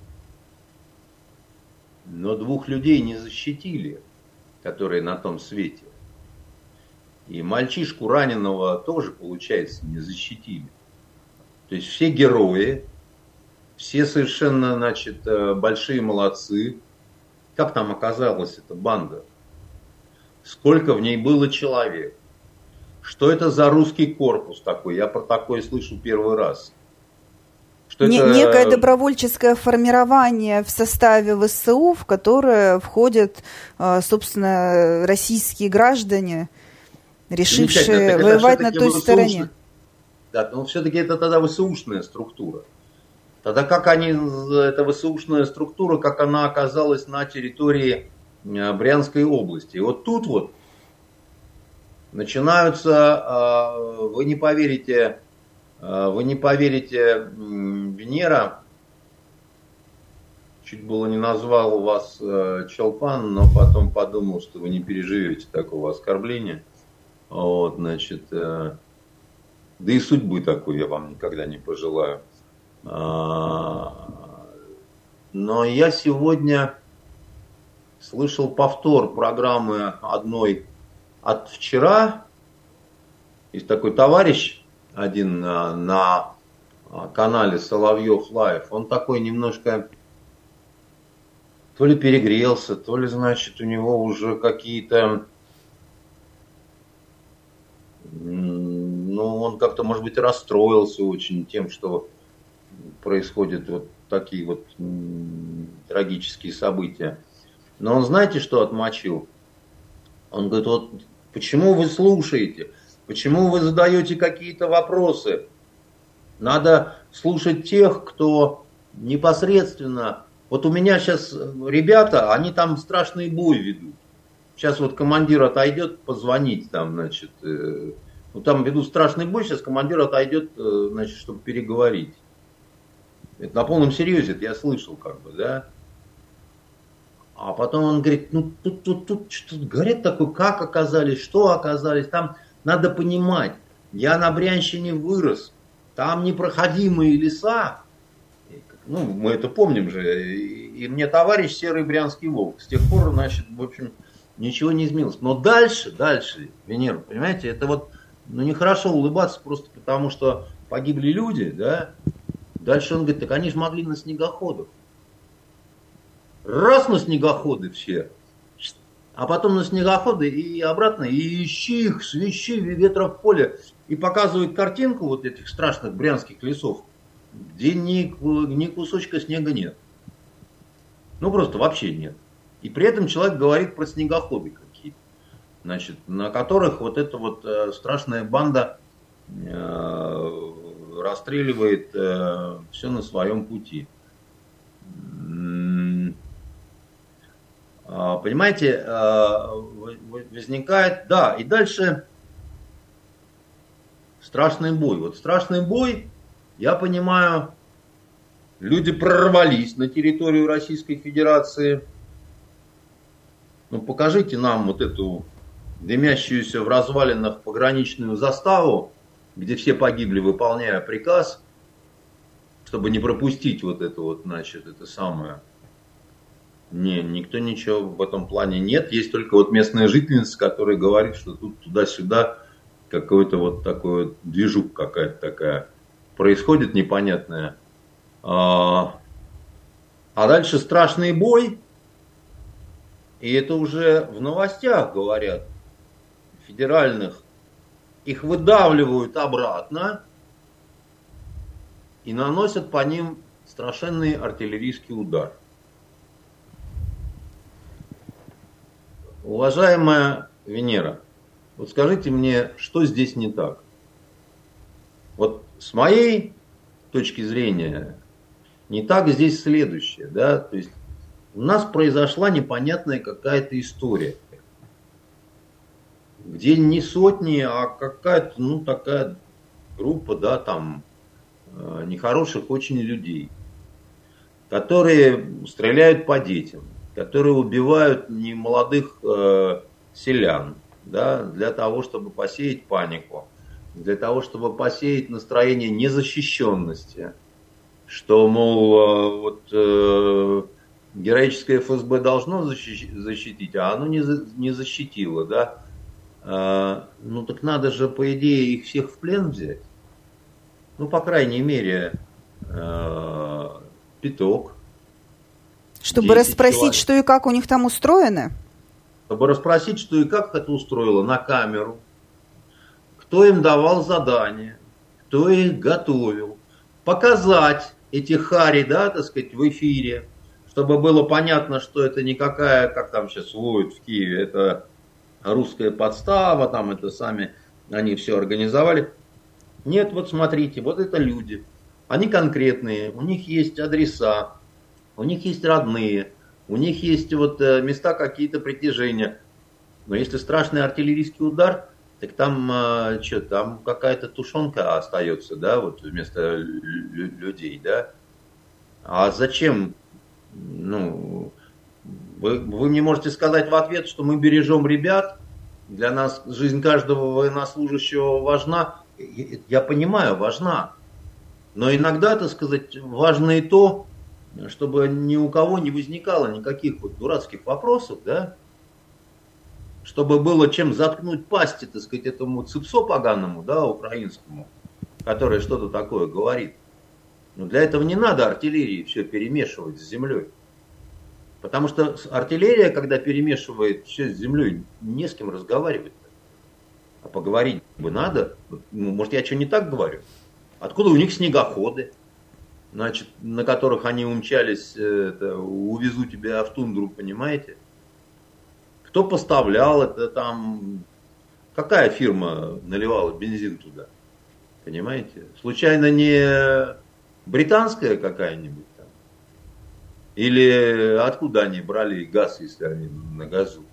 Но двух людей не защитили, которые на том свете. И мальчишку раненого тоже, получается, не защитили. То есть все герои, все совершенно, значит, большие молодцы. Как там оказалась эта банда? Сколько в ней было человек? Что это за русский корпус такой? Я про такое слышу первый раз. Что Не, это... Некое добровольческое формирование в составе ВСУ, в которое входят, собственно, российские граждане, решившие воевать на той стороне. Да, но все-таки это тогда ВСУшная структура. Тогда как они, эта ВСУшная структура, как она оказалась на территории Брянской области. И вот тут вот начинаются, вы не поверите, вы не поверите, Венера, чуть было не назвал вас Чолпан, но потом подумал, что вы не переживете такого оскорбления. Вот, значит, да и судьбы такой я вам никогда не пожелаю. Но я сегодня слышал повтор программы одной от вчера. Есть такой товарищ один на, на канале Соловьев Лайв. Он такой немножко то ли перегрелся, то ли, значит, у него уже какие-то... Ну, он как-то, может быть, расстроился очень тем, что происходят вот такие вот трагические события. Но он, знаете, что отмочил? Он говорит, вот почему вы слушаете? Почему вы задаете какие-то вопросы? Надо слушать тех, кто непосредственно... Вот у меня сейчас ребята, они там страшный бой ведут. Сейчас вот командир отойдет позвонить там, значит... Э, ну там ведут страшный бой, сейчас командир отойдет, э, значит, чтобы переговорить. Это на полном серьезе, это я слышал, как бы, да. А потом он говорит, ну тут, тут, тут что-то говорит такое, как оказались, что оказались. Там надо понимать, я на Брянщине вырос, там непроходимые леса. Ну, мы это помним же. И мне товарищ Серый Брянский Волк. С тех пор, значит, в общем, ничего не изменилось. Но дальше, дальше, Венера, понимаете, это вот, ну, нехорошо улыбаться просто потому, что погибли люди, да. Дальше он говорит, так они же могли на снегоходах. Раз на снегоходы все, а потом на снегоходы и обратно, и ищи их, свищи ветра в поле. И показывают картинку вот этих страшных брянских лесов. где ни, ни кусочка снега нет. Ну, просто вообще нет. И при этом человек говорит про снегоходы какие-то, значит, на которых вот эта вот э, страшная банда э, расстреливает э, все на своем пути. Понимаете, возникает, да, и дальше страшный бой. Вот страшный бой, я понимаю, люди прорвались на территорию Российской Федерации. Ну, покажите нам вот эту дымящуюся в развалинах пограничную заставу, где все погибли, выполняя приказ, чтобы не пропустить вот это вот, значит, это самое. Не, никто ничего в этом плане нет. Есть только вот местная жительница, которая говорит, что тут туда-сюда какой-то вот такой вот движух какая-то такая происходит непонятная. А, а дальше страшный бой. И это уже в новостях говорят, федеральных. Их выдавливают обратно и наносят по ним страшенный артиллерийский удар. Уважаемая Венера, вот скажите мне, что здесь не так? Вот с моей точки зрения, не так здесь следующее, да, то есть у нас произошла непонятная какая-то история, где не сотни, а какая-то, ну, такая группа, да, там, нехороших очень людей, которые стреляют по детям, которые убивают немолодых э, селян, да, для того, чтобы посеять панику, для того, чтобы посеять настроение незащищенности, что, мол, э, вот э, героическое эф эс бэ должно защитить, а оно не, за, не защитило, да. Э, ну так надо же, по идее, их всех в плен взять. Ну, по крайней мере, э, пяток. Чтобы расспросить, человек. Что и как у них там устроено? Чтобы расспросить, что и как это устроило на камеру. Кто им давал задания, кто их готовил. Показать эти хари, да, так сказать, в эфире. Чтобы было понятно, что это никакая, как там сейчас воют в Киеве, это русская подстава, там это сами они все организовали. Нет, вот смотрите, вот это люди. Они конкретные, у них есть адреса. У них есть родные, у них есть вот места какие-то притяжения. Но если страшный артиллерийский удар, так там э, что, там какая-то тушенка остается, да, вот вместо людей, да. А зачем? Ну, вы, вы мне можете сказать в ответ, что мы бережем ребят, для нас жизнь каждого военнослужащего важна. Я понимаю, важна. Но иногда, так сказать, важно и то, чтобы ни у кого не возникало никаких вот дурацких вопросов, да, чтобы было чем заткнуть пасти, так сказать, этому цыпсо поганому, да, украинскому, который что-то такое говорит. Но для этого не надо артиллерии все перемешивать с землей. Потому что артиллерия, когда перемешивает все с землей, не с кем разговаривать. А поговорить бы надо. Ну, может, я что не так говорю? Откуда у них снегоходы? Значит, на которых они умчались, это, увезу тебя в тундру, понимаете? Кто поставлял это там? Какая фирма наливала бензин туда? Понимаете? Случайно не британская какая-нибудь там? Или откуда они брали газ, если они на газу?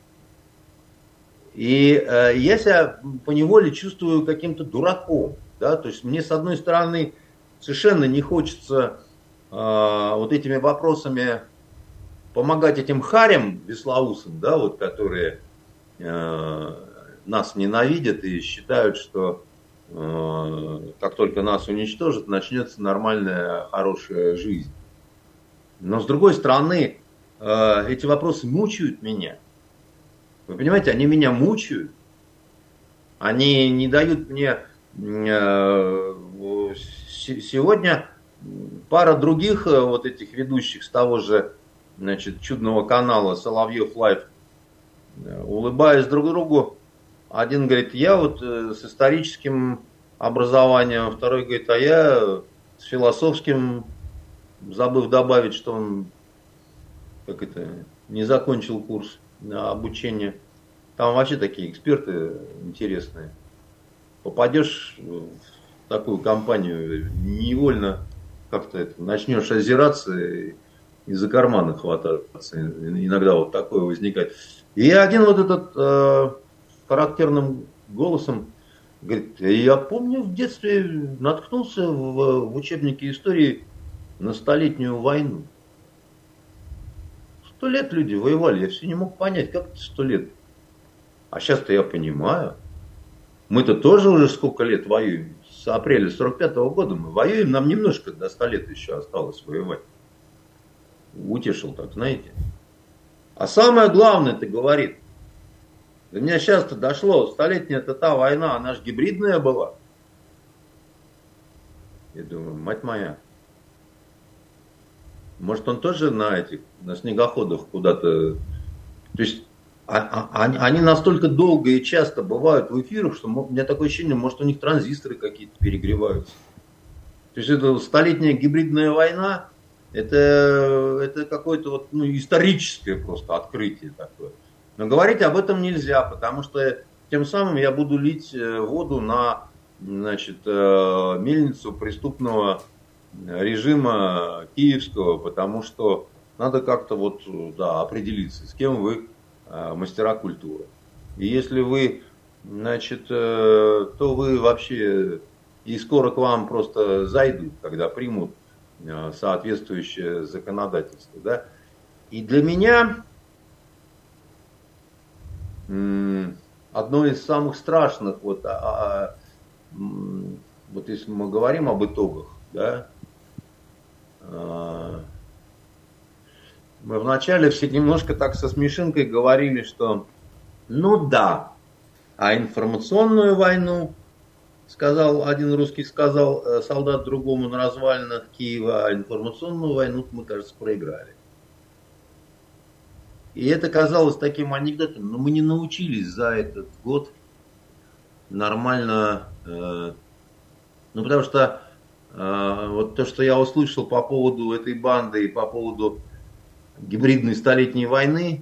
И э, я себя поневоле чувствую каким-то дураком, да? То есть мне, с одной стороны, совершенно не хочется э, вот этими вопросами помогать этим харям веслоусам, да, вот, которые э, нас ненавидят и считают, что э, как только нас уничтожат, начнется нормальная, хорошая жизнь. Но с другой стороны, э, эти вопросы мучают меня. Вы понимаете, они меня мучают. Они не дают мне... Э, Сегодня пара других вот этих ведущих с того же, значит, чудного канала Соловьев Лайв, улыбаясь друг другу, один говорит, я вот с историческим образованием, второй говорит, а я с философским, забыв добавить, что он, как это, не закончил курс обучения. Там вообще такие эксперты интересные. Попадешь в такую компанию, невольно как-то это, начнешь озираться и, и за карманы хвататься. Иногда вот такое возникает. И один вот этот э, характерным голосом говорит: я помню, в детстве наткнулся в, в учебнике истории на столетнюю войну. Сто лет люди воевали, я все не мог понять, как это сто лет. А сейчас-то я понимаю. Мы-то тоже уже сколько лет воюем. С апреля сорок пятого года мы воюем, нам немножко до ста лет еще осталось воевать. Утешил так, знаете. А самое главное, ты говорит, до меня сейчас-то дошло, столетняя-то та война, она же гибридная была. Я думаю, мать моя, может он тоже на этих, на снегоходах куда-то, то есть а, а, они настолько долго и часто бывают в эфирах, что у меня такое ощущение, может у них транзисторы какие-то перегреваются. То есть это столетняя гибридная война, это, это какое-то вот, ну, историческое просто открытие такое. Но говорить об этом нельзя, потому что тем самым я буду лить воду на, значит, мельницу преступного режима киевского, потому что надо как-то вот, да, определиться, с кем вы мастера культуры. И если вы, значит, то вы вообще, и скоро к вам просто зайдут, когда примут соответствующее законодательство, да. И для меня одно из самых страшных, вот, а, а, вот если мы говорим об итогах, да, а, мы вначале все немножко так со смешинкой говорили, что ну да, а информационную войну, сказал один русский, сказал солдат другому на развалинах Киева, а информационную войну мы, кажется, проиграли. И это казалось таким анекдотом, но мы не научились за этот год нормально, э, ну потому что э, вот то, что я услышал по поводу этой банды и по поводу гибридной столетней войны,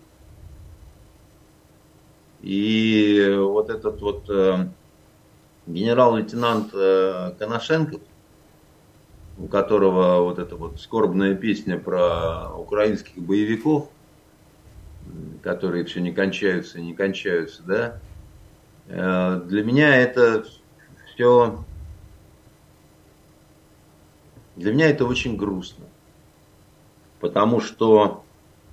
и вот этот вот э, генерал-лейтенант э, Коношенков, у которого вот эта вот скорбная песня про украинских боевиков, которые все не кончаются и не кончаются, да, э, для меня это все, для меня это очень грустно, потому что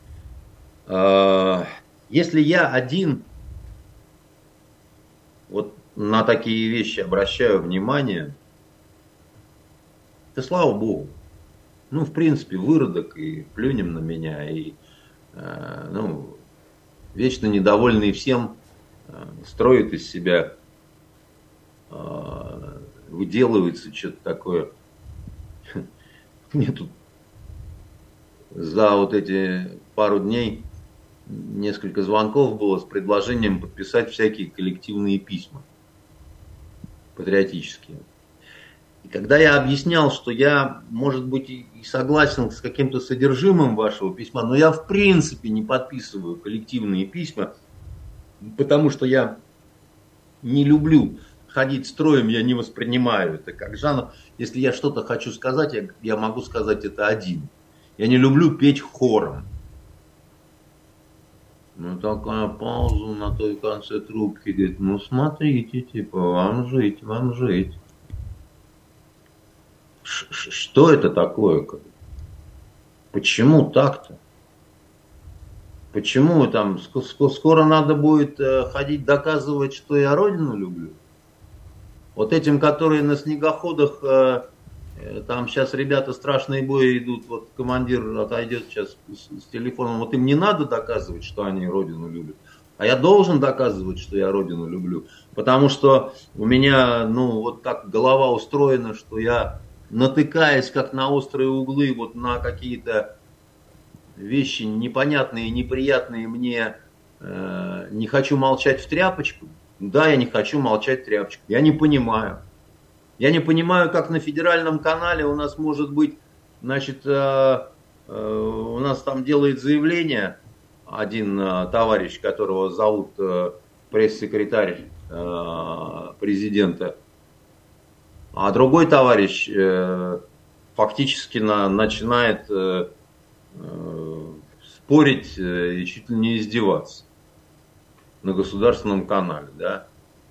э, если я один вот на такие вещи обращаю внимание, то слава богу. Ну, в принципе, выродок, и плюнем на меня, и э, ну, вечно недовольный всем э, строит из себя, э, выделывается что-то такое. Мне тут за вот эти пару дней несколько звонков было с предложением подписать всякие коллективные письма патриотические. И когда я объяснял, что я, может быть, и согласен с каким-то содержимым вашего письма, но я в принципе не подписываю коллективные письма, потому что я не люблю ходить строем, я не воспринимаю это как жанр. Если я что-то хочу сказать, я, я могу сказать это один. Я не люблю петь хором. Ну, такая пауза на той конце трубки, говорит, ну, смотрите, типа, вам жить, вам жить. Ш- что это такое? Почему так-то? Почему там скоро надо будет ходить доказывать, что я родину люблю? Вот этим, которые на снегоходах, там сейчас ребята страшные бои идут, вот командир отойдет сейчас с, с телефоном, вот им не надо доказывать, что они родину любят, а я должен доказывать, что я родину люблю, потому что у меня, ну, вот так голова устроена, что я, натыкаясь как на острые углы, вот на какие-то вещи непонятные, неприятные мне, э, не хочу молчать в тряпочку. Да, я не хочу молчать в тряпочку, я не понимаю. Я не понимаю, как на федеральном канале у нас может быть, значит, э, э, у нас там делает заявление один э, товарищ, которого зовут э, пресс-секретарь э, президента, а другой товарищ э, фактически на, начинает э, э, спорить э, и чуть ли не издеваться на государственном канале, да.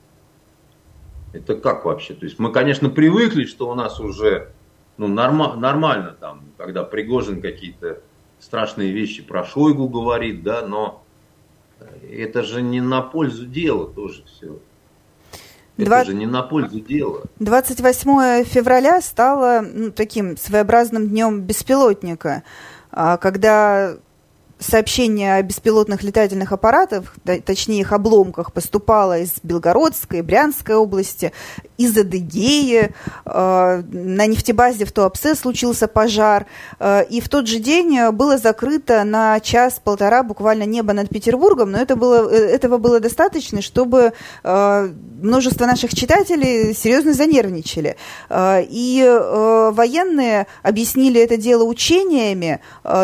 Это как вообще? То есть мы, конечно, привыкли, что у нас уже ну, норма, нормально, там, когда Пригожин какие-то страшные вещи про Шойгу говорит, да, но это же не на пользу дела тоже все. Это двадцать... же не на пользу дела. двадцать восьмое февраля стало ну, таким своеобразным днем беспилотника, когда сообщение о беспилотных летательных аппаратах, точнее их обломках, поступало из Белгородской, Брянской области, из Адыгеи. На нефтебазе в Туапсе случился пожар. И в тот же день было закрыто на час-полтора буквально небо над Петербургом, но это было, этого было достаточно, чтобы множество наших читателей серьезно занервничали. И военные объяснили это дело учениями,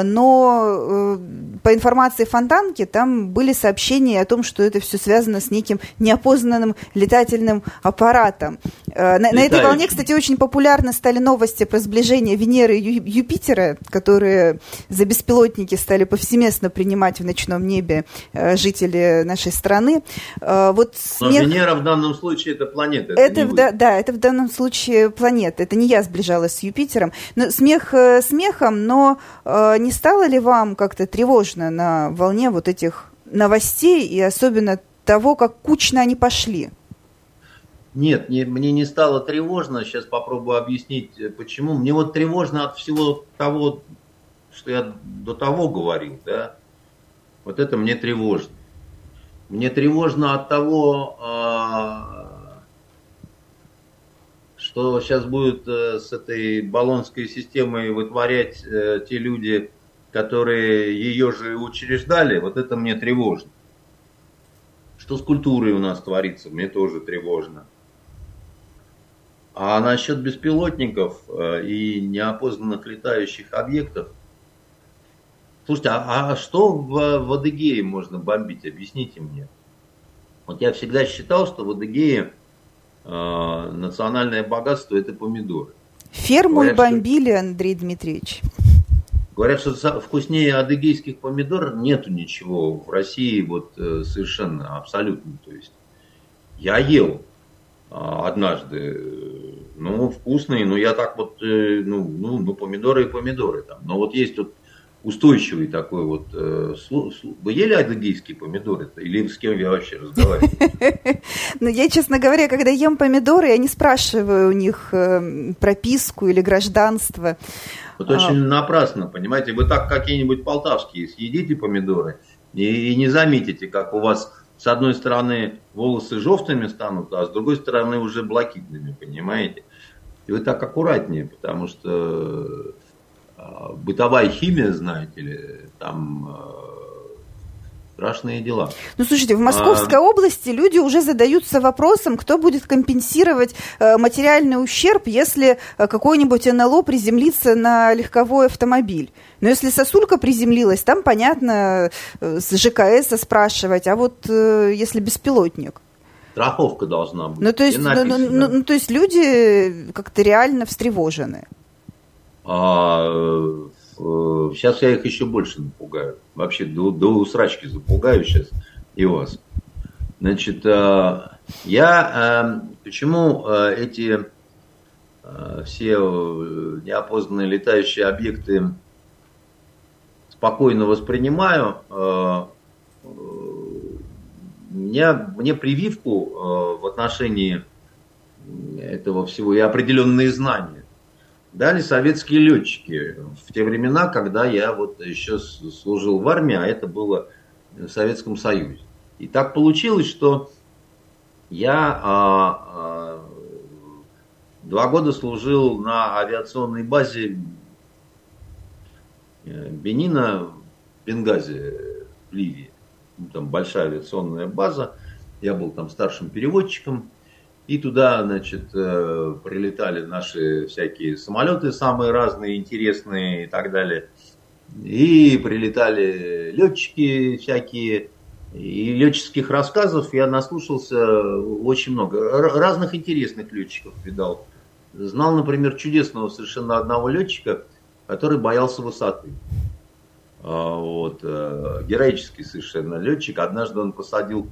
но по информации Фонтанки, там были сообщения о том, что это все связано с неким неопознанным летательным аппаратом. На, на этой волне, кстати, очень популярны стали новости про сближение Венеры и Юпитера, которые за беспилотники стали повсеместно принимать в ночном небе жители нашей страны. Вот смех... Но Венера в данном случае это планета. Это, это в, да, да, это в данном случае планета. Это не я сближалась с Юпитером. Но смех смехом, но не стало ли вам как-то тревожно на волне вот этих новостей и особенно того, как кучно они пошли? Нет, не, мне не стало тревожно. Сейчас попробую объяснить, почему. Мне вот тревожно от всего того, что я до того говорил, да. Вот это мне тревожно. Мне тревожно от того, что сейчас будут с этой Болонской системой вытворять те люди, которые ее же учреждали, вот это мне тревожно. Что с культурой у нас творится, мне тоже тревожно. А насчет беспилотников и неопознанных летающих объектов, слушайте, а, а что в, в Адыгее можно бомбить, объясните мне. Вот я всегда считал, что в Адыгее э, национальное богатство это помидоры. Ферму Говорят, бомбили, что... Андрей Дмитриевич. Говорят, что вкуснее адыгейских помидор нету ничего в России вот совершенно, абсолютно. То есть я ел однажды, ну, вкусные, но я так вот, ну, ну, ну помидоры и помидоры там. Но вот есть вот устойчивый такой вот... Вы ели адыгейские помидоры? Или с кем я вообще разговариваю? Ну, я, честно говоря, когда ем помидоры, я не спрашиваю у них прописку или гражданство. Вот а... очень напрасно, понимаете, вы так какие-нибудь полтавские съедите помидоры и, и не заметите, как у вас с одной стороны волосы желтыми станут, а с другой стороны уже блакитными, понимаете. И вы так аккуратнее, потому что э, бытовая химия, знаете ли, там... Э, страшные дела. Ну, слушайте, в Московской а... области люди уже задаются вопросом, кто будет компенсировать э, материальный ущерб, если э, какой-нибудь эн эл о приземлится на легковой автомобиль. Но если сосулька приземлилась, там, понятно, э, с жэ ка эс спрашивать, а вот э, если беспилотник? Страховка должна быть. Ну, то есть, ну, ну, ну, то есть люди как-то реально встревожены. А... Сейчас я их еще больше напугаю. Вообще до, до усрачки запугаю сейчас и вас. Значит, я... Почему эти все неопознанные летающие объекты спокойно воспринимаю? Меня, мне прививку в отношении этого всего и определенные знания дали советские летчики в те времена, когда я вот еще служил в армии, а это было в Советском Союзе. И так получилось, что я а, а, два года служил на авиационной базе Бенина, Бенгази, в Ливии. Там большая авиационная база. Я был там старшим переводчиком. И туда, значит, прилетали наши всякие самолеты, самые разные, интересные и так далее. И прилетали летчики всякие. И летческих рассказов я наслушался очень много. Разных интересных летчиков видал. Знал, например, чудесного совершенно одного летчика, который боялся высоты. Вот. Героический совершенно летчик. Однажды он посадил...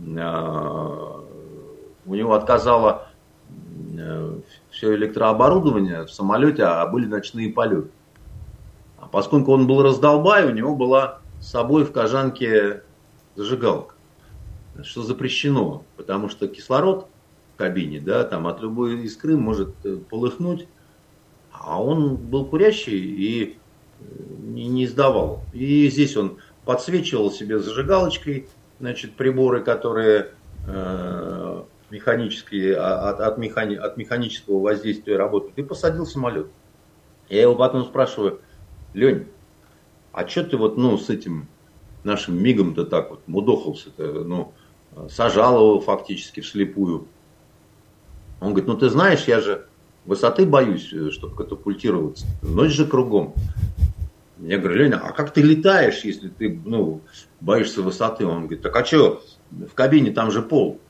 У него отказало все электрооборудование в самолете, а были ночные полеты. А поскольку он был раздолбай, у него была с собой в кожанке зажигалка. Что запрещено, потому что кислород в кабине, да, там от любой искры может полыхнуть. А он был курящий и не, не издавал. И здесь он подсвечивал себе зажигалочкой, значит, приборы, которые... Э, механические, от, от, механи, от механического воздействия работают, и посадил самолет. Я его потом спрашиваю: Лень, а что ты вот, ну, с этим нашим мигом-то так вот мудохался-то, ну, сажал его фактически вслепую. Он говорит: ну ты знаешь, я же высоты боюсь, чтобы катапультироваться, ночь же кругом. Я говорю: Леня, а как ты летаешь, если ты, ну, боишься высоты? Он говорит: так а что, в кабине там же пол.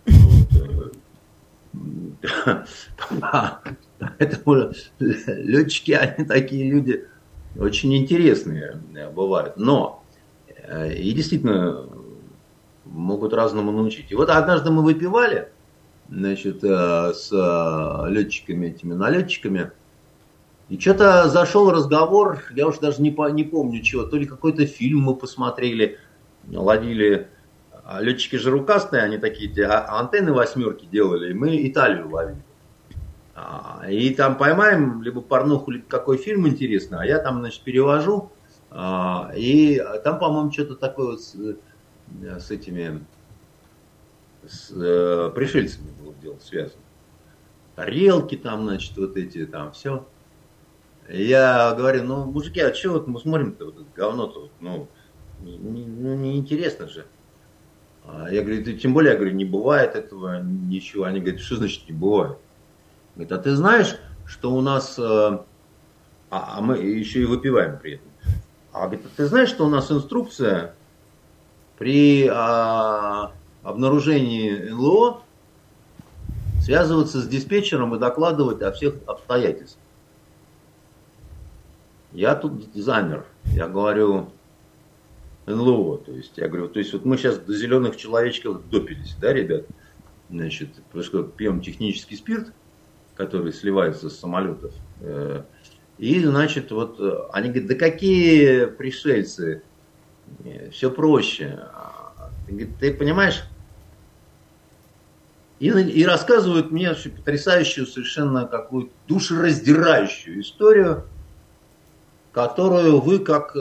Поэтому летчики, они такие люди очень интересные бывают. Но и действительно могут разному научить. И вот однажды мы выпивали, значит, с летчиками, этими налетчиками, и что-то зашел разговор, я уж даже не, не помню чего, то ли какой-то фильм мы посмотрели, ловили. А летчики же рукастые, они такие антенны восьмерки делали, и мы Италию ловили. И там поймаем либо порнуху, либо какой фильм интересный, а я там, значит, перевожу. И там, по-моему, что-то такое вот с, с этими с пришельцами было дело связано. Тарелки там, значит, вот эти там, все. Я говорю: ну, мужики, а что вот мы смотрим-то, вот это говно-то, ну, неинтересно же. Я говорю: ты, тем более, я говорю, не бывает этого ничего. Они говорят: что значит не бывает? Говорят: а ты знаешь, что у нас, а, а мы еще и выпиваем при этом. А говорит: а ты знаешь, что у нас инструкция при а, обнаружении эн эл о связываться с диспетчером и докладывать о всех обстоятельствах? Я тут замер. Я говорю: эн эл о, то есть, я говорю, то есть вот мы сейчас до зеленых человечков допились, да, ребят? Значит, потому что пьем технический спирт, который сливается с самолетов. И, значит, вот они говорят: да какие пришельцы, все проще. Говорит: ты понимаешь? И, и рассказывают мне потрясающую, совершенно какую-то душераздирающую историю, которую вы как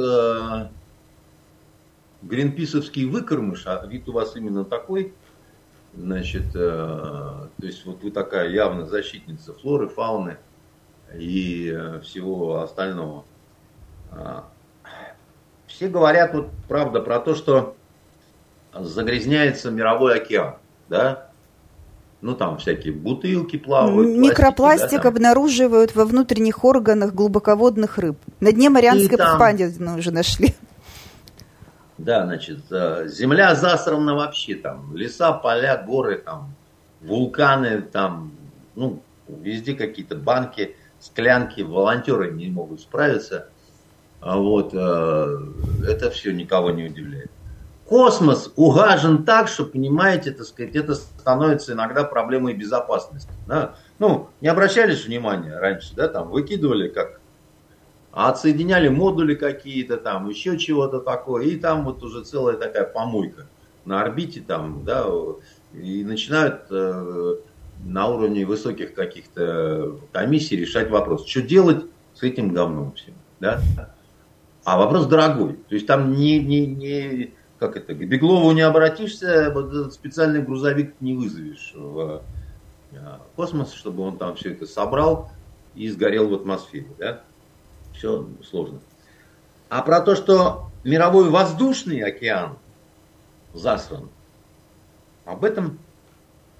гринписовский выкормыш, а вид у вас именно такой, значит, э, то есть вот вы такая явно защитница флоры, фауны и э, всего остального. Э, все говорят вот правда про то, что загрязняется мировой океан, да? Ну там всякие бутылки плавают. Микропластик, пластики, да, обнаруживают во внутренних органах глубоководных рыб. На дне Марианской впадины уже нашли. Да, значит, земля засрана вообще, там, леса, поля, горы, там, вулканы, там, ну, везде какие-то банки, склянки, волонтеры не могут справиться. Вот, это все никого не удивляет. Космос угажен так, что, понимаете, так сказать, это становится иногда проблемой безопасности. Да? Ну, не обращались внимания раньше, да, там, выкидывали как... А отсоединяли модули какие-то там, еще чего-то такое, и там вот уже целая такая помойка на орбите там, да, и начинают э, на уровне высоких каких-то комиссий решать вопрос, что делать с этим говном всем, да. А вопрос дорогой, то есть там не, не, не как это, к Беглову не обратишься, вот этот специальный грузовик не вызовешь в космос, чтобы он там все это собрал и сгорел в атмосфере, да. Все сложно. А про то, что мировой воздушный океан засран, об этом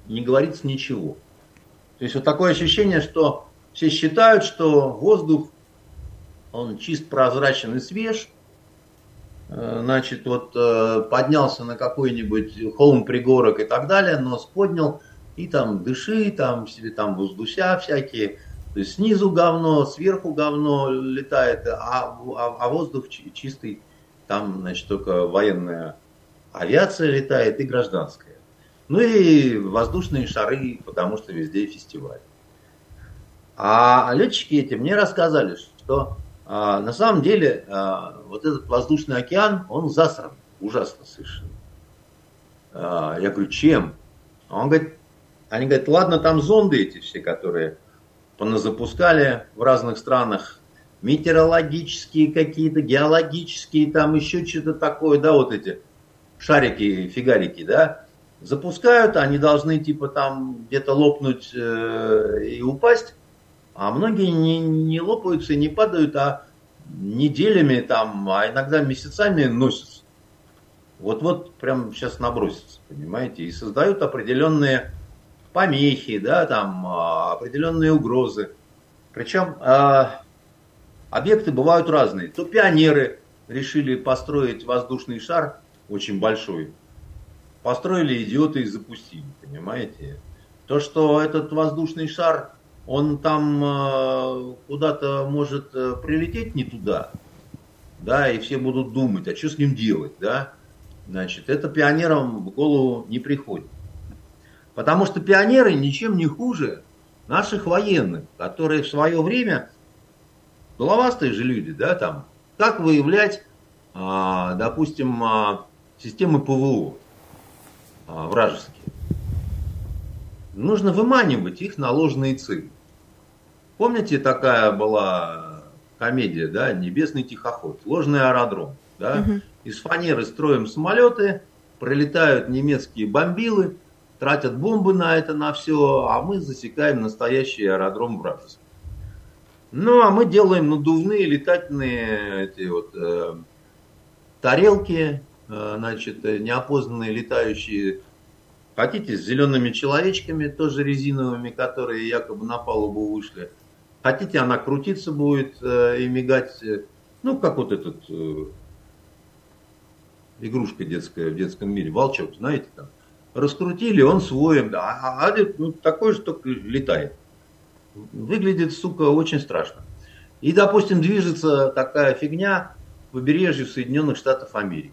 не говорится ничего. То есть вот такое ощущение, что все считают, что воздух, он чист, прозрачен и свеж. Значит, вот поднялся на какой-нибудь холм, пригорок и так далее, нос поднял, и там дыши, там себе там воздуся всякие. То есть снизу говно, сверху говно летает, а, а, а воздух чистый, там, значит, только военная авиация летает и гражданская. Ну и воздушные шары, потому что везде фестиваль. А летчики эти мне рассказали, что а, на самом деле а, вот этот воздушный океан, он засран, ужасно совершенно. А, я говорю, чем? Он говорит, они говорят, ладно, там зонды эти все, которые поназапускали в разных странах, метеорологические какие-то, геологические, там еще что-то такое, да, вот эти шарики, фигарики, да, запускают, они должны типа там где-то лопнуть э, и упасть, а многие не, не лопаются и не падают, а неделями там, а иногда месяцами носятся. Вот-вот прям сейчас набросятся, понимаете, и создают определенные помехи, да, там, определенные угрозы. Причем э, объекты бывают разные. То пионеры решили построить воздушный шар очень большой. Построили идиоты и запустили, понимаете. То, что этот воздушный шар, он там э, куда-то может э, прилететь не туда, да, и все будут думать, а что с ним делать, да. Значит, это пионерам в голову не приходит. Потому что пионеры ничем не хуже наших военных, которые в свое время, головастые же люди, да, там, как выявлять, а, допустим, а, системы ПВО а, вражеские. Нужно выманивать их на ложные цели. Помните, такая была комедия, да, «Небесный тихоход», ложный аэродром, да, угу. Из фанеры строим самолеты, прилетают немецкие бомбилы, тратят бомбы на это, на все, а мы засекаем настоящий аэродром вражеский. Ну, а мы делаем надувные летательные эти вот, э, тарелки, э, значит, неопознанные летающие, хотите, с зелеными человечками, тоже резиновыми, которые якобы на палубу вышли. Хотите, она крутиться будет э, и мигать, э, ну, как вот этот, э, игрушка детская в детском мире, волчок, знаете, там. Раскрутили, он своим, да, а, а ну, такой же, только летает. Выглядит, сука, очень страшно. И, допустим, движется такая фигня по побережью Соединенных Штатов Америки.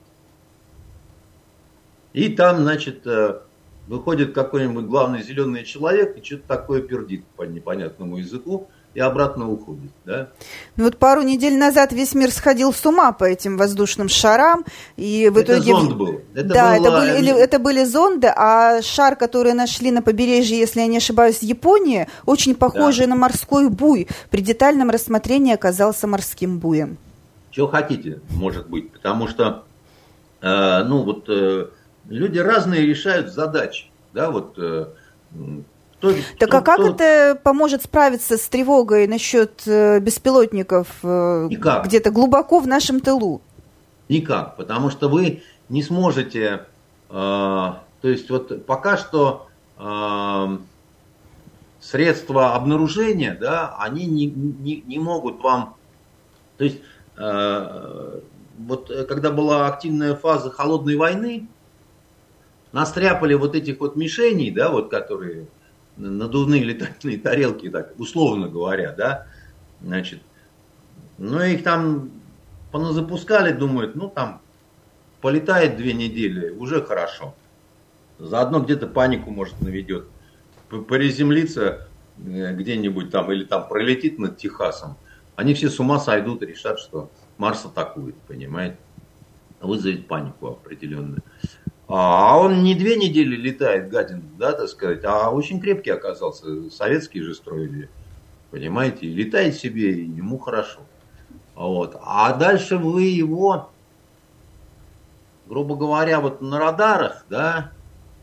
И там, значит, выходит какой-нибудь главный зеленый человек и что-то такое пердит по непонятному языку и обратно уходит, да? Ну вот пару недель назад весь мир сходил с ума по этим воздушным шарам, и в это итоге... зонд был. Это да, была... это, были, это были зонды, а шар, который нашли на побережье, если я не ошибаюсь, Японии, очень похожий да. на морской буй. При детальном рассмотрении оказался морским буем. Чего хотите, может быть, потому что, э, ну вот, э, люди разные решают задачи, да, вот... Э, Кто, так кто, а как кто... это поможет справиться с тревогой насчет беспилотников Никак. где-то глубоко в нашем тылу? Никак, потому что вы не сможете, э, то есть вот пока что э, средства обнаружения, да, они не, не, не могут вам, то есть э, вот когда была активная фаза холодной войны, настряпали вот этих вот мишеней, да, вот которые... надувные летательные тарелки, так условно говоря, да, значит, ну их там поназапускали, думают, ну там полетает две недели, уже хорошо, заодно где-то панику, может, наведет, приземлиться где-нибудь там или там пролетит над Техасом, они все с ума сойдут и решат, что Марс атакует, понимаете, вызовет панику определенную. А он не две недели летает, гадин, да, так сказать, а очень крепкий оказался. Советские же строили, понимаете, летает себе, и ему хорошо. Вот. А дальше вы его, грубо говоря, вот на радарах, да,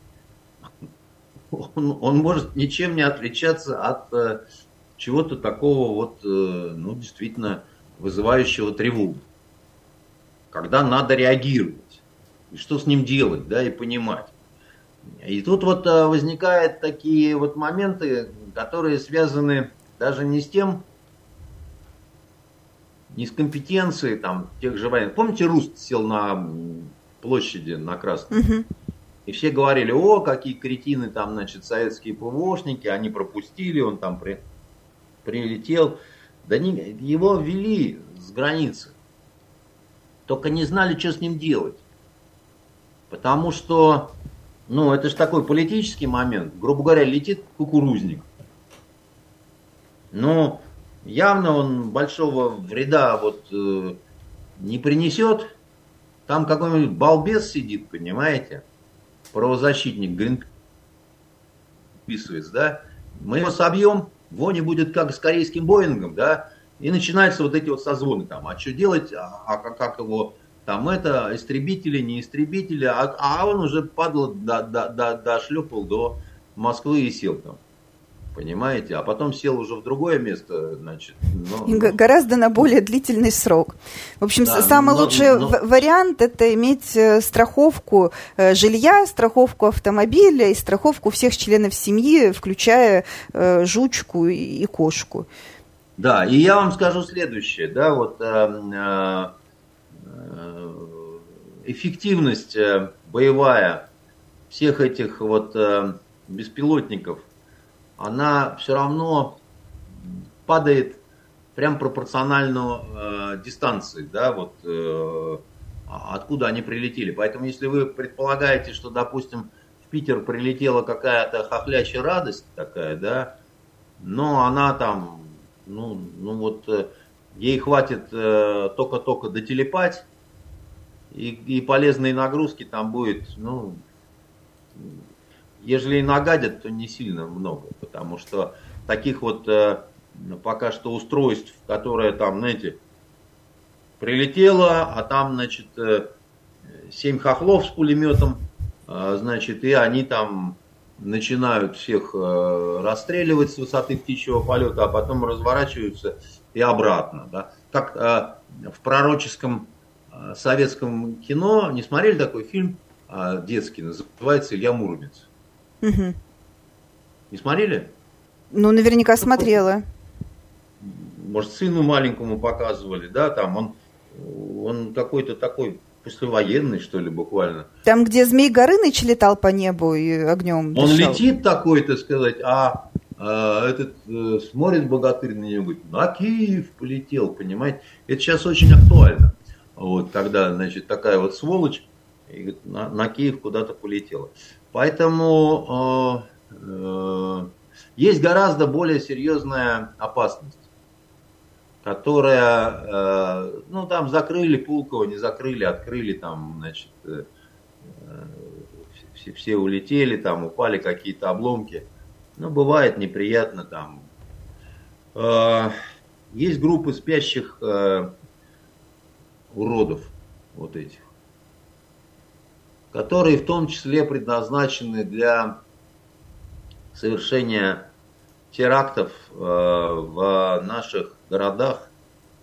он, он может ничем не отличаться от э, чего-то такого вот, э, ну, действительно, вызывающего тревогу. Когда надо реагировать. И что с ним делать, да, и понимать. И тут вот возникают такие вот моменты, которые связаны даже не с тем, не с компетенцией там тех же военных. Помните, Руст сел на площади на Красной? Угу. И все говорили: о, какие кретины там, значит, советские ПВОшники, они пропустили, он там при, прилетел. Да не, его вели с границы. Только не знали, что с ним делать. Потому что, ну, это же такой политический момент. Грубо говоря, летит кукурузник. Но явно он большого вреда вот э, не принесет. Там какой-нибудь балбес сидит, понимаете? Правозащитник, Гринписовец, да? Мы его собьем, вони будет как с корейским Боингом, да? И начинаются вот эти вот созвоны там. А что делать? А, а как, как его... Там это, истребители, не истребители, а, а он уже падал, до, до, до, дошлепал до Москвы и сел там. Понимаете? А потом сел уже в другое место, значит. Но, но... Гораздо на более длительный срок. В общем, да, самый но, лучший но... вариант – это иметь страховку жилья, страховку автомобиля и страховку всех членов семьи, включая э, жучку и, и кошку. Да, и я вам скажу следующее, да, вот... Э, эффективность боевая всех этих вот беспилотников, она все равно падает прям пропорционально дистанции, да, вот откуда они прилетели. Поэтому если вы предполагаете, что, допустим, в Питер прилетела какая-то хохлячья радость такая, да, но она там, ну, ну вот... Ей хватит э, только-только дотелепать, и, и полезные нагрузки там будет, ну, ежели и нагадят, то не сильно много, потому что таких вот э, пока что устройств, которые там, знаете, прилетело, а там, значит, э, семь хохлов с пулеметом, э, значит, и они там начинают всех э, расстреливать с высоты птичьего полета, а потом разворачиваются и обратно, да. Как э, в пророческом э, советском кино, не смотрели такой фильм э, детский, называется «Илья Муромец». Угу. Не смотрели? Ну, наверняка смотрела. Может, сыну маленькому показывали, да, там он, он какой-то такой послевоенный, что ли, буквально. Там, где Змей Горыныч летал по небу и огнем Он дышал. летит такой, так сказать, а... А этот э, смотрит богатырь на него, говорит: на Киев полетел, понимаете? Это сейчас очень актуально. Вот, когда, значит, такая вот сволочь и, говорит, на, на Киев куда-то полетела. Поэтому э, э, есть гораздо более серьезная опасность, которая, э, ну, там закрыли Пулково, не закрыли, открыли, там, значит, э, э, все, все улетели, там упали какие-то обломки. Ну, бывает неприятно там. Э, есть группы спящих э, уродов, вот этих, которые в том числе предназначены для совершения терактов э, в наших городах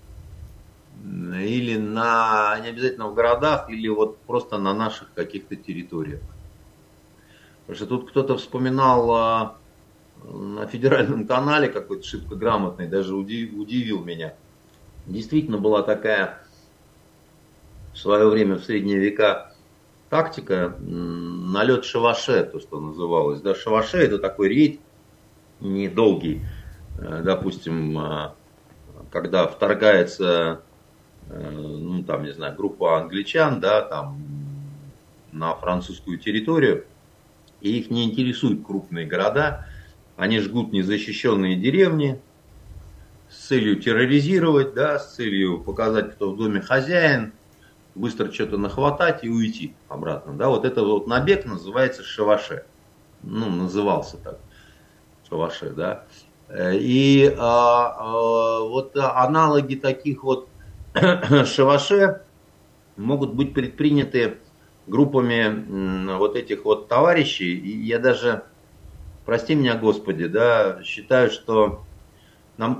или на, не обязательно в городах, или вот просто на наших каких-то территориях. Потому что тут кто-то вспоминал на федеральном канале, какой-то шибко грамотный, даже удивил меня. Действительно была такая в свое время, в средние века, тактика, налет шаваше, то, что называлось. Да, шаваше — это такой рейд недолгий. Допустим, когда вторгается, ну, там, не знаю, группа англичан, да, там, на французскую территорию, и их не интересуют крупные города. Они жгут незащищенные деревни с целью терроризировать, да, с целью показать, кто в доме хозяин, быстро что-то нахватать и уйти обратно. Да, вот это вот набег называется шаваше. Ну, назывался так. Шаваше, да. И а, а, вот аналоги таких вот шаваше могут быть предприняты группами вот этих вот товарищей. И я даже... Прости меня, Господи, да, считаю, что нам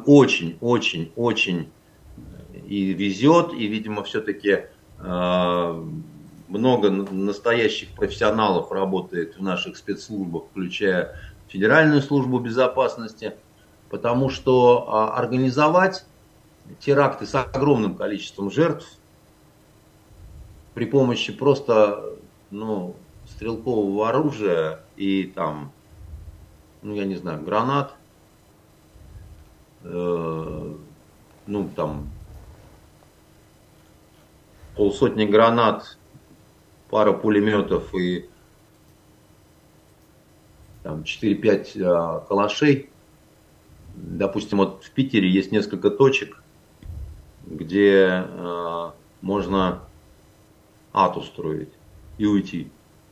очень-очень-очень и везет, и, видимо, все-таки э, много настоящих профессионалов работает в наших спецслужбах, включая Федеральную службу безопасности, потому что организовать теракты с огромным количеством жертв при помощи просто, ну, стрелкового оружия и там, ну, я не знаю, гранат, э, ну, там, полсотни гранат, пара пулеметов и там четыре-пять э, калашей. Допустим, вот в Питере есть несколько точек, где э, можно ад устроить и уйти.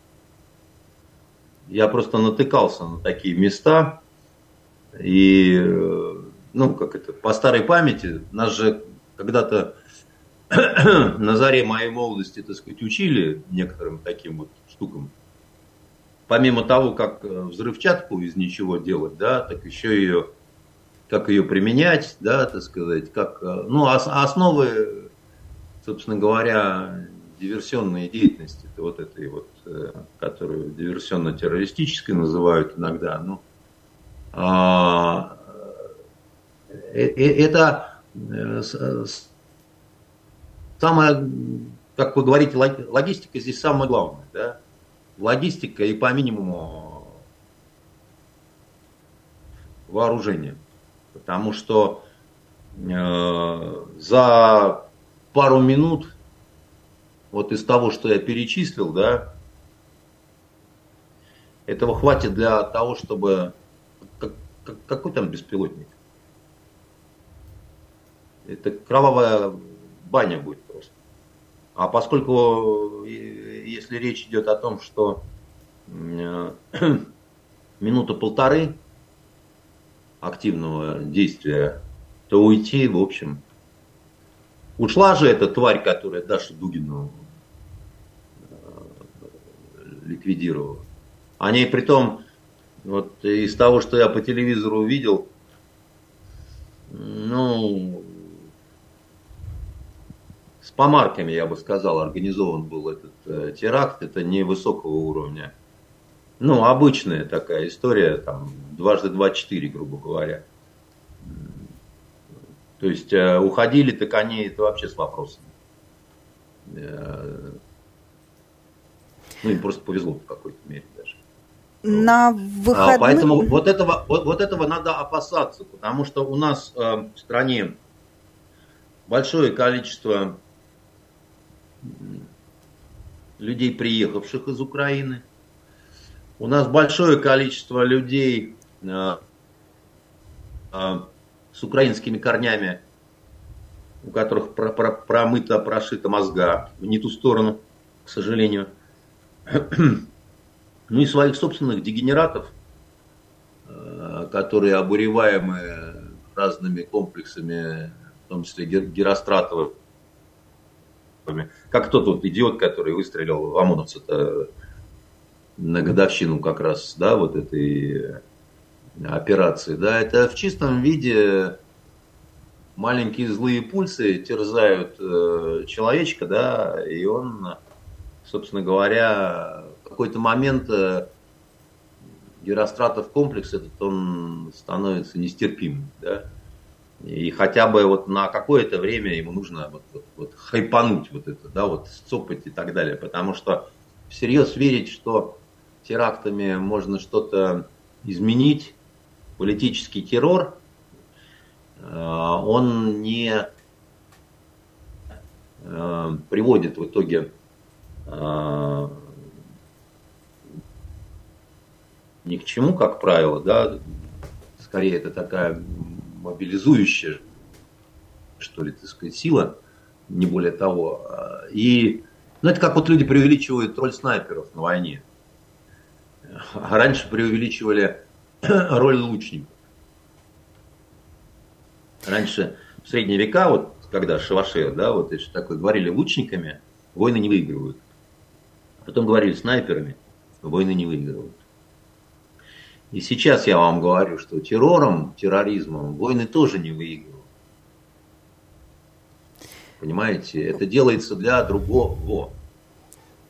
Я просто натыкался на такие места, и, ну, как это, по старой памяти, нас же когда-то на заре моей молодости, так сказать, учили некоторым таким вот штукам. Помимо того, как взрывчатку из ничего делать, да, так еще ее, как ее применять, да, так сказать, как, ну, основы, собственно говоря, диверсионной деятельности, вот этой вот, которую диверсионно-террористической называют иногда, ну, а, это самое, как вы говорите, логистика здесь самое главное, да, логистика и по минимуму вооружение, потому что э, за пару минут вот из того, что я перечислил, да, этого хватит для того, чтобы... Как, как, какой там беспилотник? Это кровавая баня будет просто. А поскольку, если речь идет о том, что минута-полторы активного действия, то уйти, в общем... Ушла же эта тварь, которая Дашу Дугину ликвидировала. О ней притом, вот из того, что я по телевизору увидел, ну, с помарками, я бы сказал, организован был этот э, теракт. Это не высокого уровня. Ну, обычная такая история, там, дважды два четыре, грубо говоря. То есть, э, уходили так они, это вообще с вопросами. Э, ну, им просто повезло в какой-то мере даже. На выходных... а, поэтому вот этого, вот, вот этого надо опасаться, потому что у нас э, в стране большое количество людей, приехавших из Украины. У нас большое количество людей э, э, с украинскими корнями, у которых про, про, промыто, прошито мозга в не ту сторону, к сожалению. Ну и своих собственных дегенератов, которые обуреваемы разными комплексами, в том числе Геростратовыми. Как тот вот идиот, который выстрелил в ОМОНовца-то на годовщину как раз, да, вот этой операции. Да, это в чистом виде маленькие злые пульсы терзают человечка, да, и он, собственно говоря, в какой-то момент Геростратов комплекс этот, он становится нестерпимым, да, и хотя бы вот на какое-то время ему нужно вот, вот, вот хайпануть вот это, да, вот сцопать и так далее, потому что всерьез верить, что терактами можно что-то изменить, политический террор, он не приводит в итоге ни к чему, как правило, да, скорее это такая мобилизующая, что ли, так сказать, сила, не более того. И, ну, это как вот люди преувеличивают роль снайперов на войне. А раньше преувеличивали роль лучников. Раньше, в средние века, вот, когда шаваши, да, вот это такое, говорили лучниками, войны не выигрывают. Потом говорили снайперами, войны не выигрывают. И сейчас я вам говорю, что террором, терроризмом войны тоже не выигрывают. Понимаете, это делается для другого.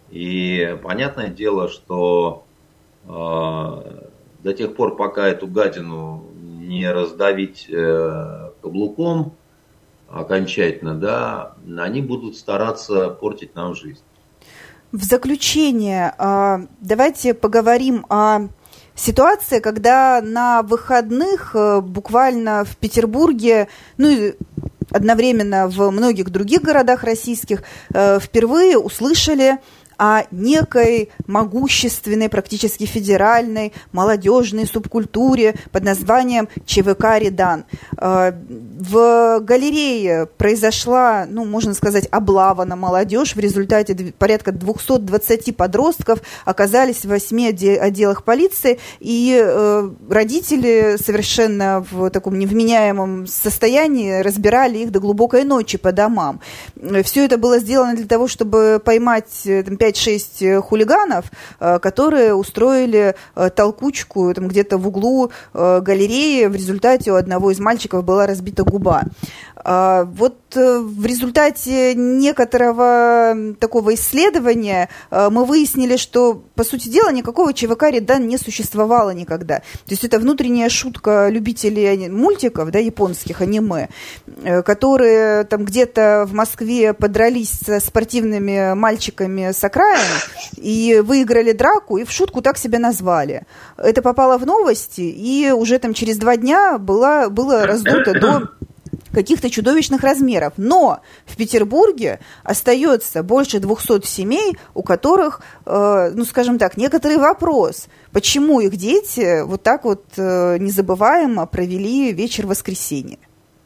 И понятное дело, что э, до тех пор, пока эту гадину не раздавить э, каблуком окончательно, да, они будут стараться портить нам жизнь. В заключение э, давайте поговорим о ситуации, когда на выходных э, буквально в Петербурге, ну и одновременно в многих других городах российских э, впервые услышали о некой могущественной, практически федеральной молодежной субкультуре под названием ЧВК «Редан». В галерее произошла, ну, можно сказать, облава на молодежь. В результате порядка двести двадцать подростков оказались в восьми отделах полиции, и родители совершенно в таком невменяемом состоянии разбирали их до глубокой ночи по домам. Все это было сделано для того, чтобы поймать там, пять-шесть хулиганов, которые устроили толкучку там, где-то в углу галереи. В результате у одного из мальчиков была разбита губа. Вот в результате некоторого такого исследования мы выяснили, что, по сути дела, никакого ЧВК «Редан» не существовало никогда. То есть это внутренняя шутка любителей мультиков, да, японских, аниме, которые там где-то в Москве подрались со спортивными мальчиками с окраин и выиграли драку, и в шутку так себя назвали. Это попало в новости, и уже там через два дня было, было раздуто до каких-то чудовищных размеров. Но в Петербурге остается больше двухсот семей, у которых, э, ну, скажем так, некоторый вопрос, почему их дети вот так вот э, незабываемо провели вечер воскресенья.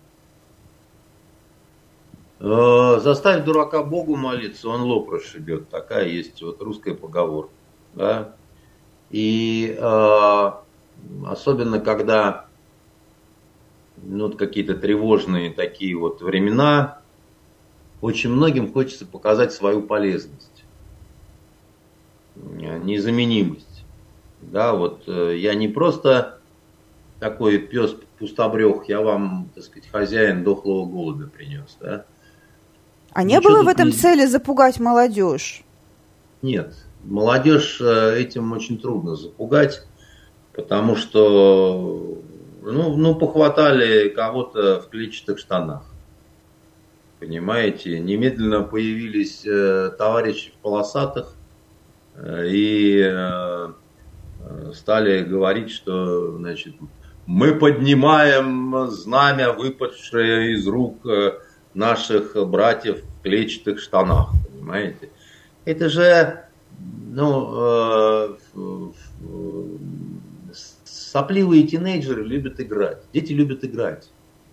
Заставь дурака Богу молиться, он лоб расшибет. Такая есть вот русская поговорка. Да? И э, особенно когда ну, какие-то тревожные такие вот времена, очень многим хочется показать свою полезность, незаменимость. Да, вот я не просто такой пес пустобрех, я вам, так сказать, хозяин дохлого голубя принес, да. А не Ничего было в этом не... цели запугать молодежь? Нет, молодежь этим очень трудно запугать, потому что ну, ну похватали кого-то в клетчатых штанах. Понимаете, немедленно появились э, товарищи в полосатых э, и э, стали говорить, что, значит, мы поднимаем знамя, выпавшее из рук э, наших братьев в клетчатых штанах, понимаете? Это же, ну, э, э, сопливые тинейджеры любят играть, дети любят играть.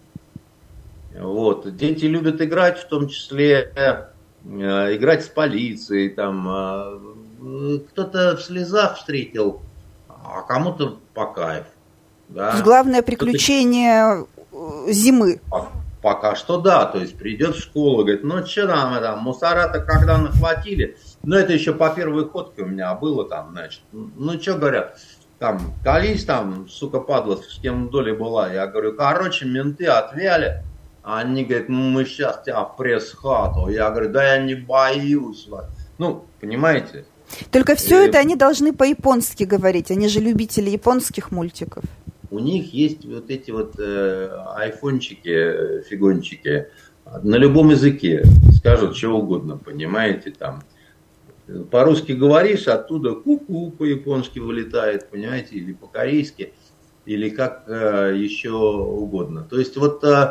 Вот. Дети любят играть, в том числе э, играть с полицией, там, э, кто-то в слезах встретил, а кому-то по кайфу. Да? Главное приключение кто-то... зимы. Пока что да, то есть придет в школу, говорит, ну что там, это, мусора-то когда нахватили, ну это еще по первой ходке у меня было там, значит, ну что говорят, там, колись там, сука, падла, с кем в доле была, я говорю, короче, менты отвяли, а они говорят, ну мы сейчас тебя в пресс-хату, я говорю, да я не боюсь вас, ну, понимаете. Только все и... это они должны по-японски говорить, они же любители японских мультиков. У них есть вот эти вот э, айфончики, фигончики на любом языке, скажут что угодно, понимаете, там. По-русски говоришь, оттуда ку-ку по-японски вылетает, понимаете, или по-корейски, или как э, еще угодно. То есть вот э,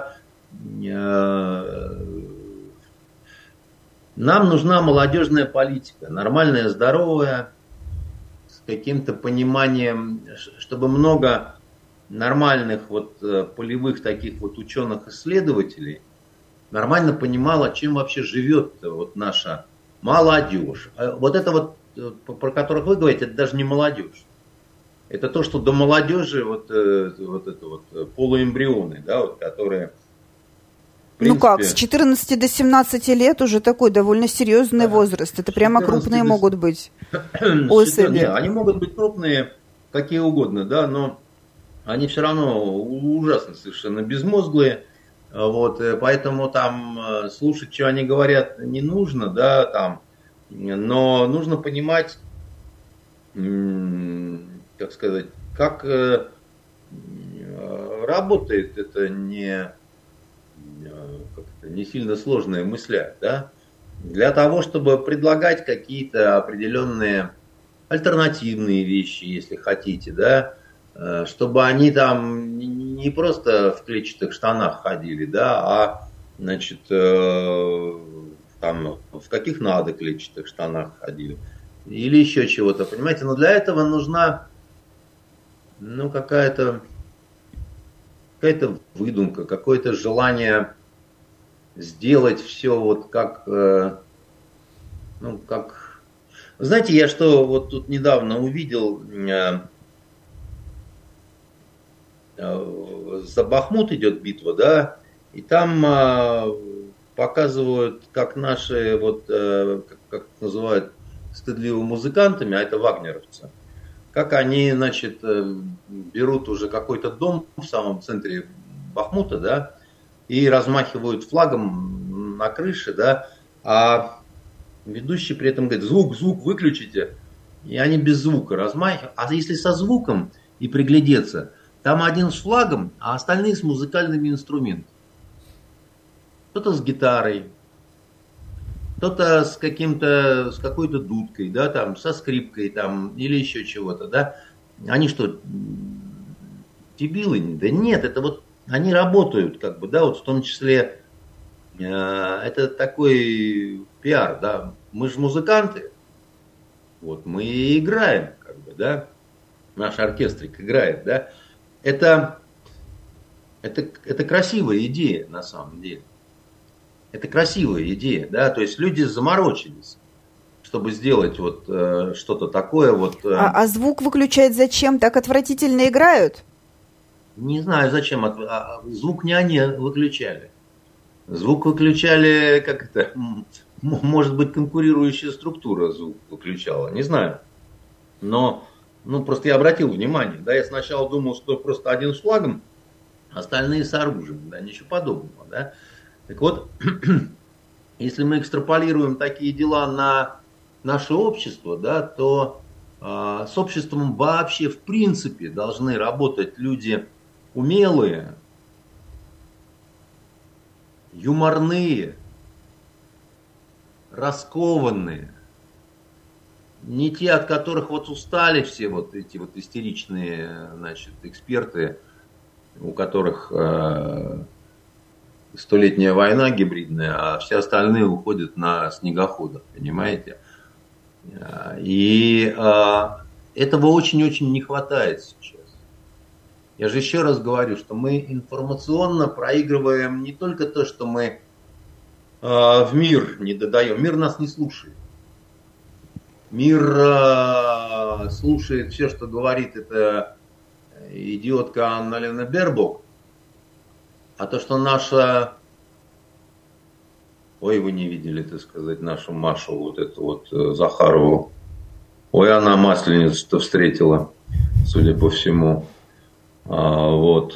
э, нам нужна молодежная политика, нормальная, здоровая, с каким-то пониманием, чтобы много нормальных вот полевых таких вот ученых-исследователей нормально понимала, чем вообще живет вот наша молодежь. Вот это вот, про которых вы говорите, это даже не молодежь. Это то, что до молодежи вот, вот это вот полуэмбрионы, да, вот, которые... Принципе, ну как, с четырнадцати до семнадцати лет уже такой довольно серьезный да, возраст. Это прямо крупные до... могут быть особи. Нет, они могут быть крупные, какие угодно, да, но они все равно ужасно совершенно безмозглые, вот, поэтому там слушать, что они говорят, не нужно, да, там, Но нужно понимать, как сказать, как работает это не, как это, не сильно сложная мысля, да? Для того, чтобы предлагать какие-то определенные альтернативные вещи, если хотите, да, чтобы они там не просто в клетчатых штанах ходили, да, а, значит, там в каких надо клетчатых штанах ходили, или еще чего-то, понимаете, но для этого нужна, ну, какая-то какая-то выдумка, какое-то желание сделать все вот как, ну, как, знаете, я что вот тут недавно увидел, за Бахмут идет битва, да, и там показывают, как наши, вот, как, как называют, стыдливыми музыкантами, а это вагнеровцы, как они, значит, берут уже какой-то дом в самом центре Бахмута, да, и размахивают флагом на крыше, да, а ведущий при этом говорит: звук, звук выключите, и они без звука размахивают. А если со звуком и приглядеться, там один с флагом, а остальные с музыкальными инструментами. Кто-то с гитарой, кто-то с каким-то, с какой-то дудкой, да, там, со скрипкой, там, или еще чего-то, да. Они что, дебилы? Да нет, это вот они работают, как бы, да, вот в том числе, э, это такой пиар, да. Мы же музыканты, вот, мы и играем, как бы, да, наш оркестрик играет, да. Это, это, это красивая идея, на самом деле. Это красивая идея, да, то есть люди заморочились, чтобы сделать вот э, что-то такое вот. Э, а, а звук выключать зачем? Так отвратительно играют? Не знаю, зачем. От, а, звук не они выключали. Звук выключали, как это, может быть, конкурирующая структура звук выключала, не знаю. Но, ну, просто я обратил внимание, да, я сначала думал, что просто один с флагом, остальные с оружием, да, ничего подобного, да. Так вот, если мы экстраполируем такие дела на наше общество, да, то э, с обществом вообще в принципе должны работать люди умелые, юморные, раскованные. Не те, от которых вот устали все вот эти вот истеричные, значит, эксперты, у которых... Э, столетняя война гибридная, а все остальные уходят на снегоходах, понимаете? И а, этого очень-очень не хватает сейчас. Я же еще раз говорю, что мы информационно проигрываем не только то, что мы а, в мир не додаем. Мир нас не слушает. Мир а, слушает все, что говорит эта идиотка Анна-Лена Бербок. А то, что наша, ой, вы не видели, так сказать, нашу Машу, вот эту вот Захарову, ой, она масленицу-то встретила, судя по всему. А, вот.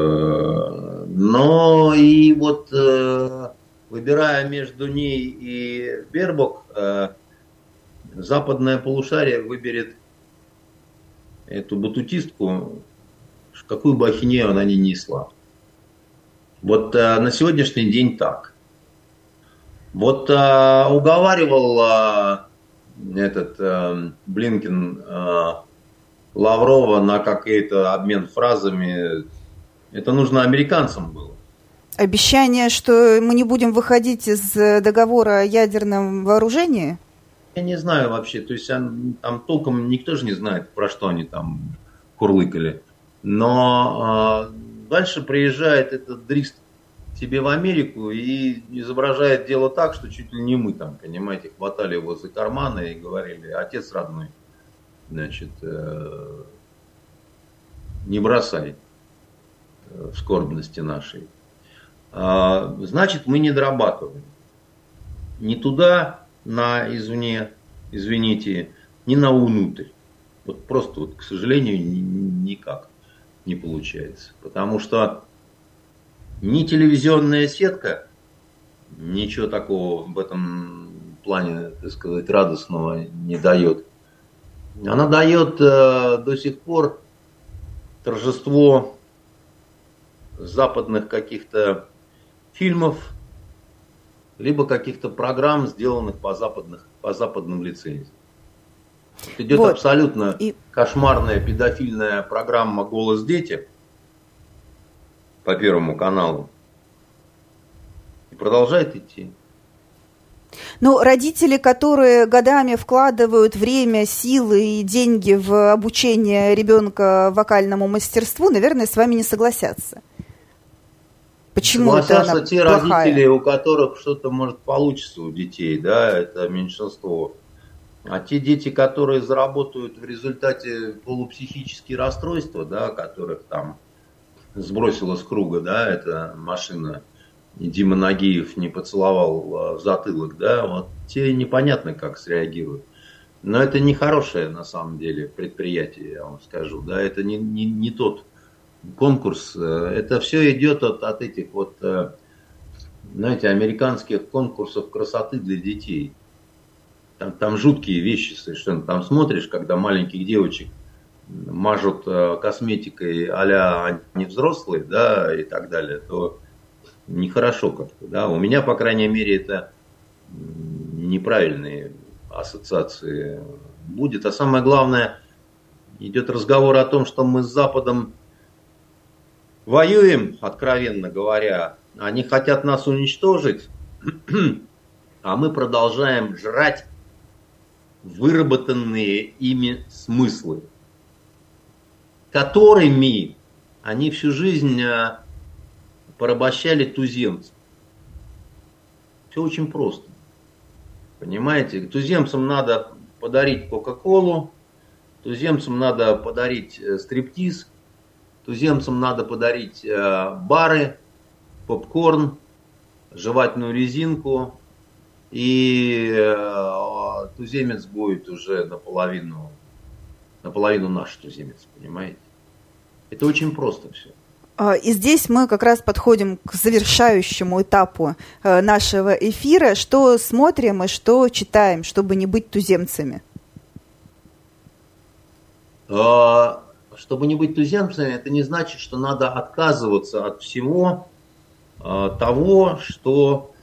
Но и вот, выбирая между ней и Бербок, западное полушарие выберет эту батутистку, какую бы ахинею она ни несла. Вот а, на сегодняшний день так. Вот а, уговаривал а, этот а, Блинкен а, Лаврова на какой-то обмен фразами. Это нужно американцам было. Обещание, что мы не будем выходить из договора о ядерном вооружении? Я не знаю вообще. То есть там толком никто же не знает, про что они там курлыкали. Но... А, дальше приезжает этот дрист к себе в Америку и изображает дело так, что чуть ли не мы там, понимаете, хватали его за карманы и говорили: отец родной, значит, э, не бросай в скорбности нашей. А, значит, мы не дорабатываем. Ни туда, на извне, извините, ни на внутрь. Вот просто, вот, к сожалению, никак не получается. Потому что ни телевизионная сетка ничего такого в этом плане, так сказать, радостного не дает. Она дает э, до сих пор торжество западных каких-то фильмов, либо каких-то программ, сделанных по, западных, по западным лицензиям. Идет вот. абсолютно и... кошмарная педофильная программа «Голос дети» по Первому каналу. И продолжает идти. Ну, родители, которые годами вкладывают время, силы и деньги в обучение ребенка вокальному мастерству, наверное, с вами не согласятся. Почему согласятся это те плохая? Родители, у которых что-то может получиться у детей, да, это меньшинство. А те дети, которые заработают в результате полупсихические расстройства, да, которых там сбросила с круга, да, эта машина, и Дима Нагиев не поцеловал в затылок, да, вот те непонятно как среагируют. Но это не хорошее на самом деле предприятие, я вам скажу, да, это не, не, не тот конкурс, это все идет от, от этих вот, знаете, американских конкурсов красоты для детей. Там, там жуткие вещи совершенно. Там смотришь, когда маленьких девочек мажут косметикой а-ля они взрослые, да, и так далее, то нехорошо как-то, да. У меня, по крайней мере, это неправильные ассоциации будет. А самое главное, идет разговор о том, что мы с Западом воюем, откровенно говоря. Они хотят нас уничтожить, а мы продолжаем жрать выработанные ими смыслы, которыми они всю жизнь порабощали туземцев. Все очень просто. Понимаете, туземцам надо подарить Кока-Колу, туземцам надо подарить стриптиз, туземцам надо подарить бары, попкорн, жевательную резинку, и туземец будет уже наполовину, наполовину наш туземец, понимаете? Это очень просто все. И здесь мы как раз подходим к завершающему этапу нашего эфира. Что смотрим и что читаем, чтобы не быть туземцами? Чтобы не быть туземцами, это не значит, что надо отказываться от всего того, что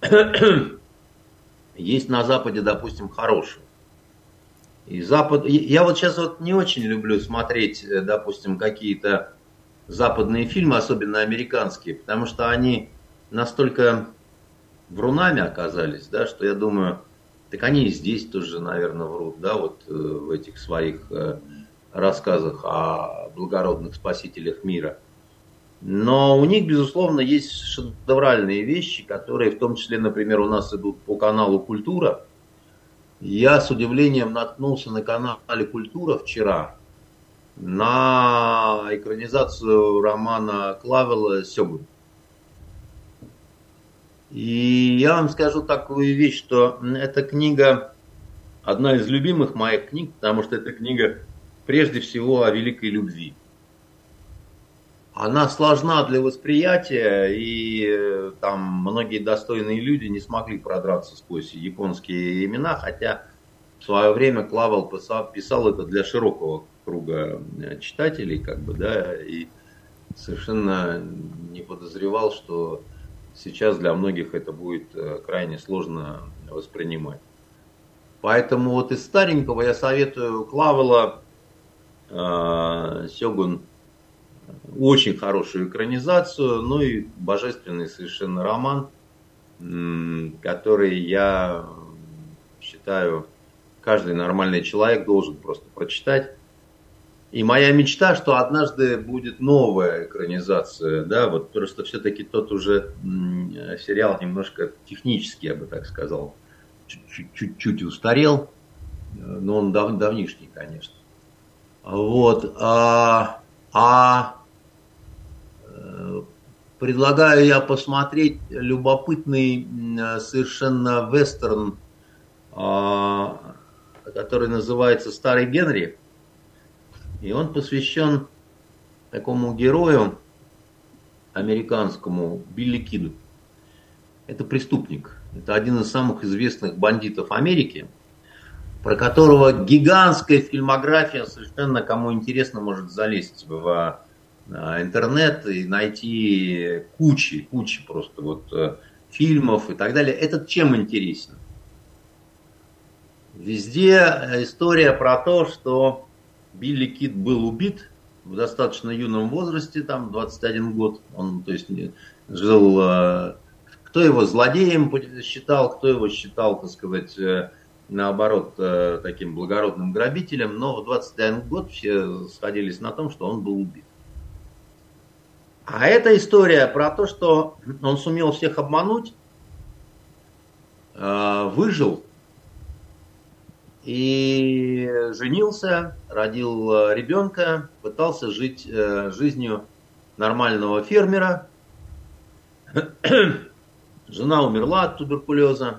есть на Западе, допустим, хорошего. И Запад... Я вот сейчас вот не очень люблю смотреть, допустим, какие-то западные фильмы, особенно американские, потому что они настолько врунами оказались, да, что я думаю, так они и здесь тоже, наверное, врут, да, вот в этих своих рассказах о благородных спасителях мира. Но у них, безусловно, есть шедевральные вещи, которые в том числе, например, у нас идут по каналу «Культура». Я с удивлением наткнулся на канале «Культура» вчера на экранизацию романа Клавела «Сёгун». И я вам скажу такую вещь, что эта книга одна из любимых моих книг, потому что эта книга прежде всего о великой любви. Она сложна для восприятия, и там многие достойные люди не смогли продраться сквозь японские имена, хотя в свое время Клавел писал, писал это для широкого круга читателей, как бы, да, и совершенно не подозревал, что сейчас для многих это будет крайне сложно воспринимать. Поэтому вот из старенького я советую Клавела э, «Сёгун», очень хорошую экранизацию, ну и божественный совершенно роман, который, я считаю, каждый нормальный человек должен просто прочитать. И моя мечта, что однажды будет новая экранизация, да, вот просто все-таки тот уже сериал немножко технически, я бы так сказал, чуть-чуть устарел, но он дав, давнишний, конечно. Вот, а... А предлагаю я посмотреть любопытный совершенно вестерн, который называется «Старый Генри». И он посвящен такому герою американскому Билли Киду. Это преступник. Это один из самых известных бандитов Америки, про которого гигантская фильмография, совершенно кому интересно может залезть в интернет и найти кучи, кучи просто вот фильмов и так далее. Этот чем интересен? Везде история про то, что Билли Кид был убит в достаточно юном возрасте, там двадцать один год. Он, то есть, жил, кто его злодеем считал, кто его считал, так сказать, наоборот, таким благородным грабителем, но в двадцать один год все сходились на том, что он был убит. А эта история про то, что он сумел всех обмануть, выжил и женился, родил ребенка, пытался жить жизнью нормального фермера. Жена умерла от туберкулеза,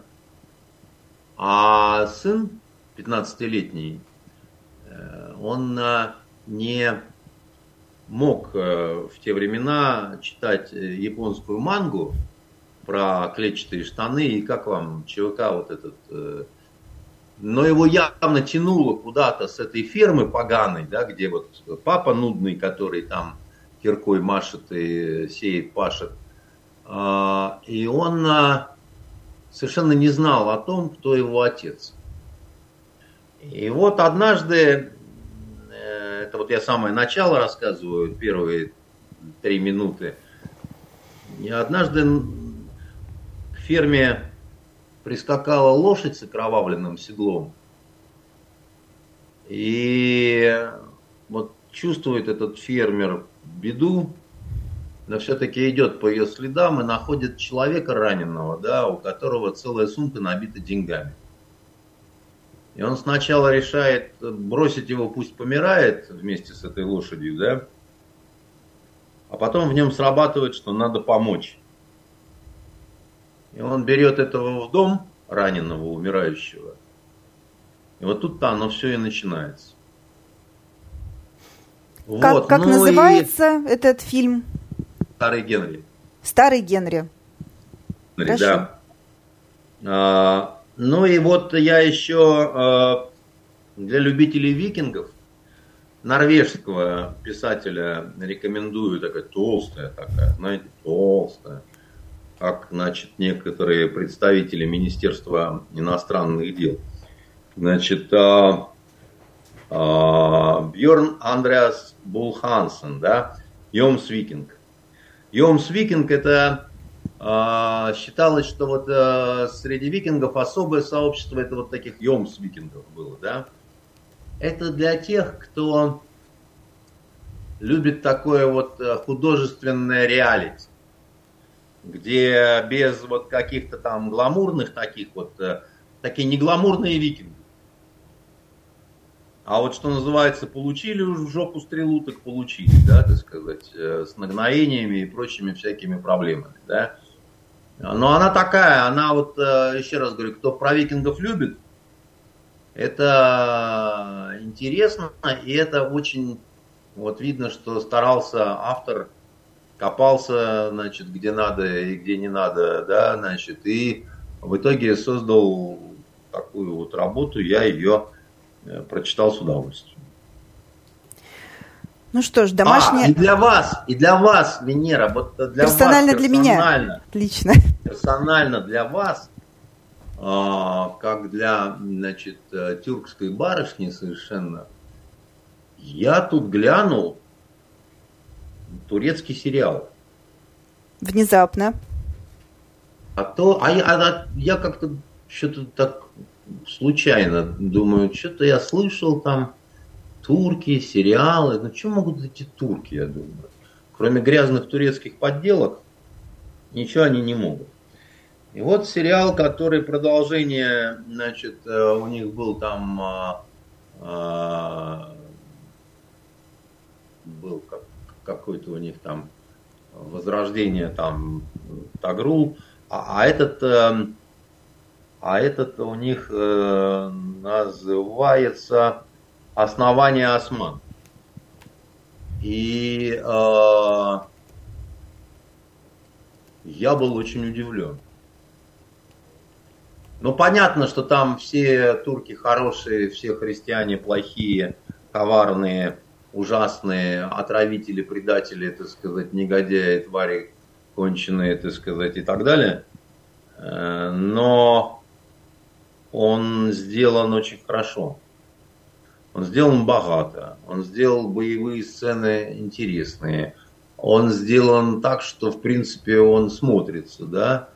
а сын пятнадцатилетний, он не мог в те времена читать японскую мангу про клетчатые штаны и как вам ЧВК вот этот. Но его явно тянуло куда-то с этой фермы поганой, да, где вот папа нудный, который там киркой машет и сеет, пашет. И он совершенно не знал о том, кто его отец. И вот однажды, это вот я самое начало рассказываю, первые три минуты, и однажды к ферме прискакала лошадь с окровавленным седлом. И вот чувствует этот фермер беду, но все-таки идет по ее следам и находит человека раненого, да, у которого целая сумка набита деньгами. И он сначала решает бросить его, пусть помирает вместе с этой лошадью, да, а потом в нем срабатывает, что надо помочь. И он берет этого в дом, раненого, умирающего. И вот тут-то оно все и начинается. Как, вот. как ну называется и... этот фильм? Старый Генри. Старый Генри. Хорошо. Да. А, ну и вот я еще а, для любителей викингов норвежского писателя рекомендую, такая толстая такая, знаете, толстая. Как, значит, некоторые представители Министерства иностранных дел. Значит, а, а, Бьорн Андреас Булхансен, да, Йомсвикинг. Йомсвикинг это а, считалось, что вот а, среди викингов особое сообщество это вот таких йомсвикингов было, да. Это для тех, кто любит такое вот художественное реалити, где без вот каких-то там гламурных таких вот, такие не гламурные викинги. А вот что называется, получили в жопу стрелу, так получили, да, так сказать, с нагноениями и прочими всякими проблемами, да. Но она такая, она вот, еще раз говорю, кто про викингов любит, это интересно, и это очень, вот видно, что старался автор, копался, значит, где надо и где не надо, да, значит, и в итоге создал такую вот работу, я ее прочитал с удовольствием. Ну что ж, домашняя... А, и для вас, и для вас, Венера, вот для персонально вас, для персонально, меня, лично. Персонально для вас, а, как для, значит, тюркской барышни совершенно, я тут глянул турецкий сериал. Внезапно. А то, а я, а я как-то что-то так случайно думаю, что-то я слышал там турки, сериалы. Ну, что могут эти турки, я думаю? Кроме грязных турецких подделок, ничего они не могут. И вот сериал, который продолжение, значит, у них был там, а, а, был как, какой-то у них там возрождение там Тагрул, а, а этот, а этот у них называется «Основание Осман». И э, я был очень удивлен. Ну, понятно, что там все турки хорошие, все христиане плохие, коварные, ужасные, отравители, предатели, так сказать, негодяи, твари конченые, так сказать, и так далее. Но он сделан очень хорошо. Он сделан богато. Он сделал боевые сцены интересные. Он сделан так, что, в принципе, он смотрится, да.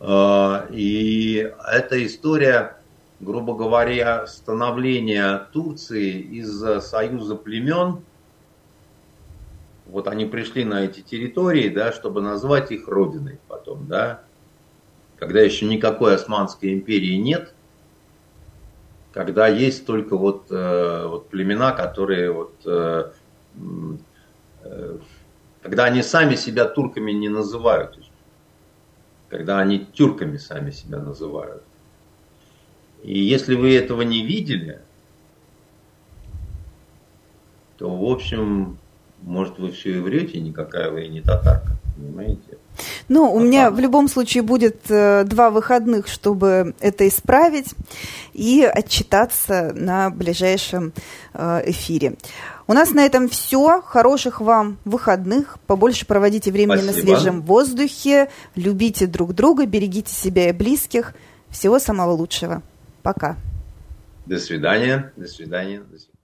И эта история, грубо говоря, становления Турции из союза племен. Вот они пришли на эти территории, да, чтобы назвать их родиной потом, да. Когда еще никакой Османской империи нет, когда есть только вот, э, вот племена, которые вот, э, э, когда они сами себя турками не называют, когда они тюрками сами себя называют. И если вы этого не видели, то, в общем, может, вы все и врете, никакая вы и не татарка, понимаете? Ну, у меня в любом случае будет э, два выходных, чтобы это исправить и отчитаться на ближайшем э, эфире. У нас на этом все. Хороших вам выходных. Побольше проводите времени Спасибо. На свежем воздухе. Любите друг друга, берегите себя и близких. Всего самого лучшего. Пока. До свидания. До свидания. До свидания.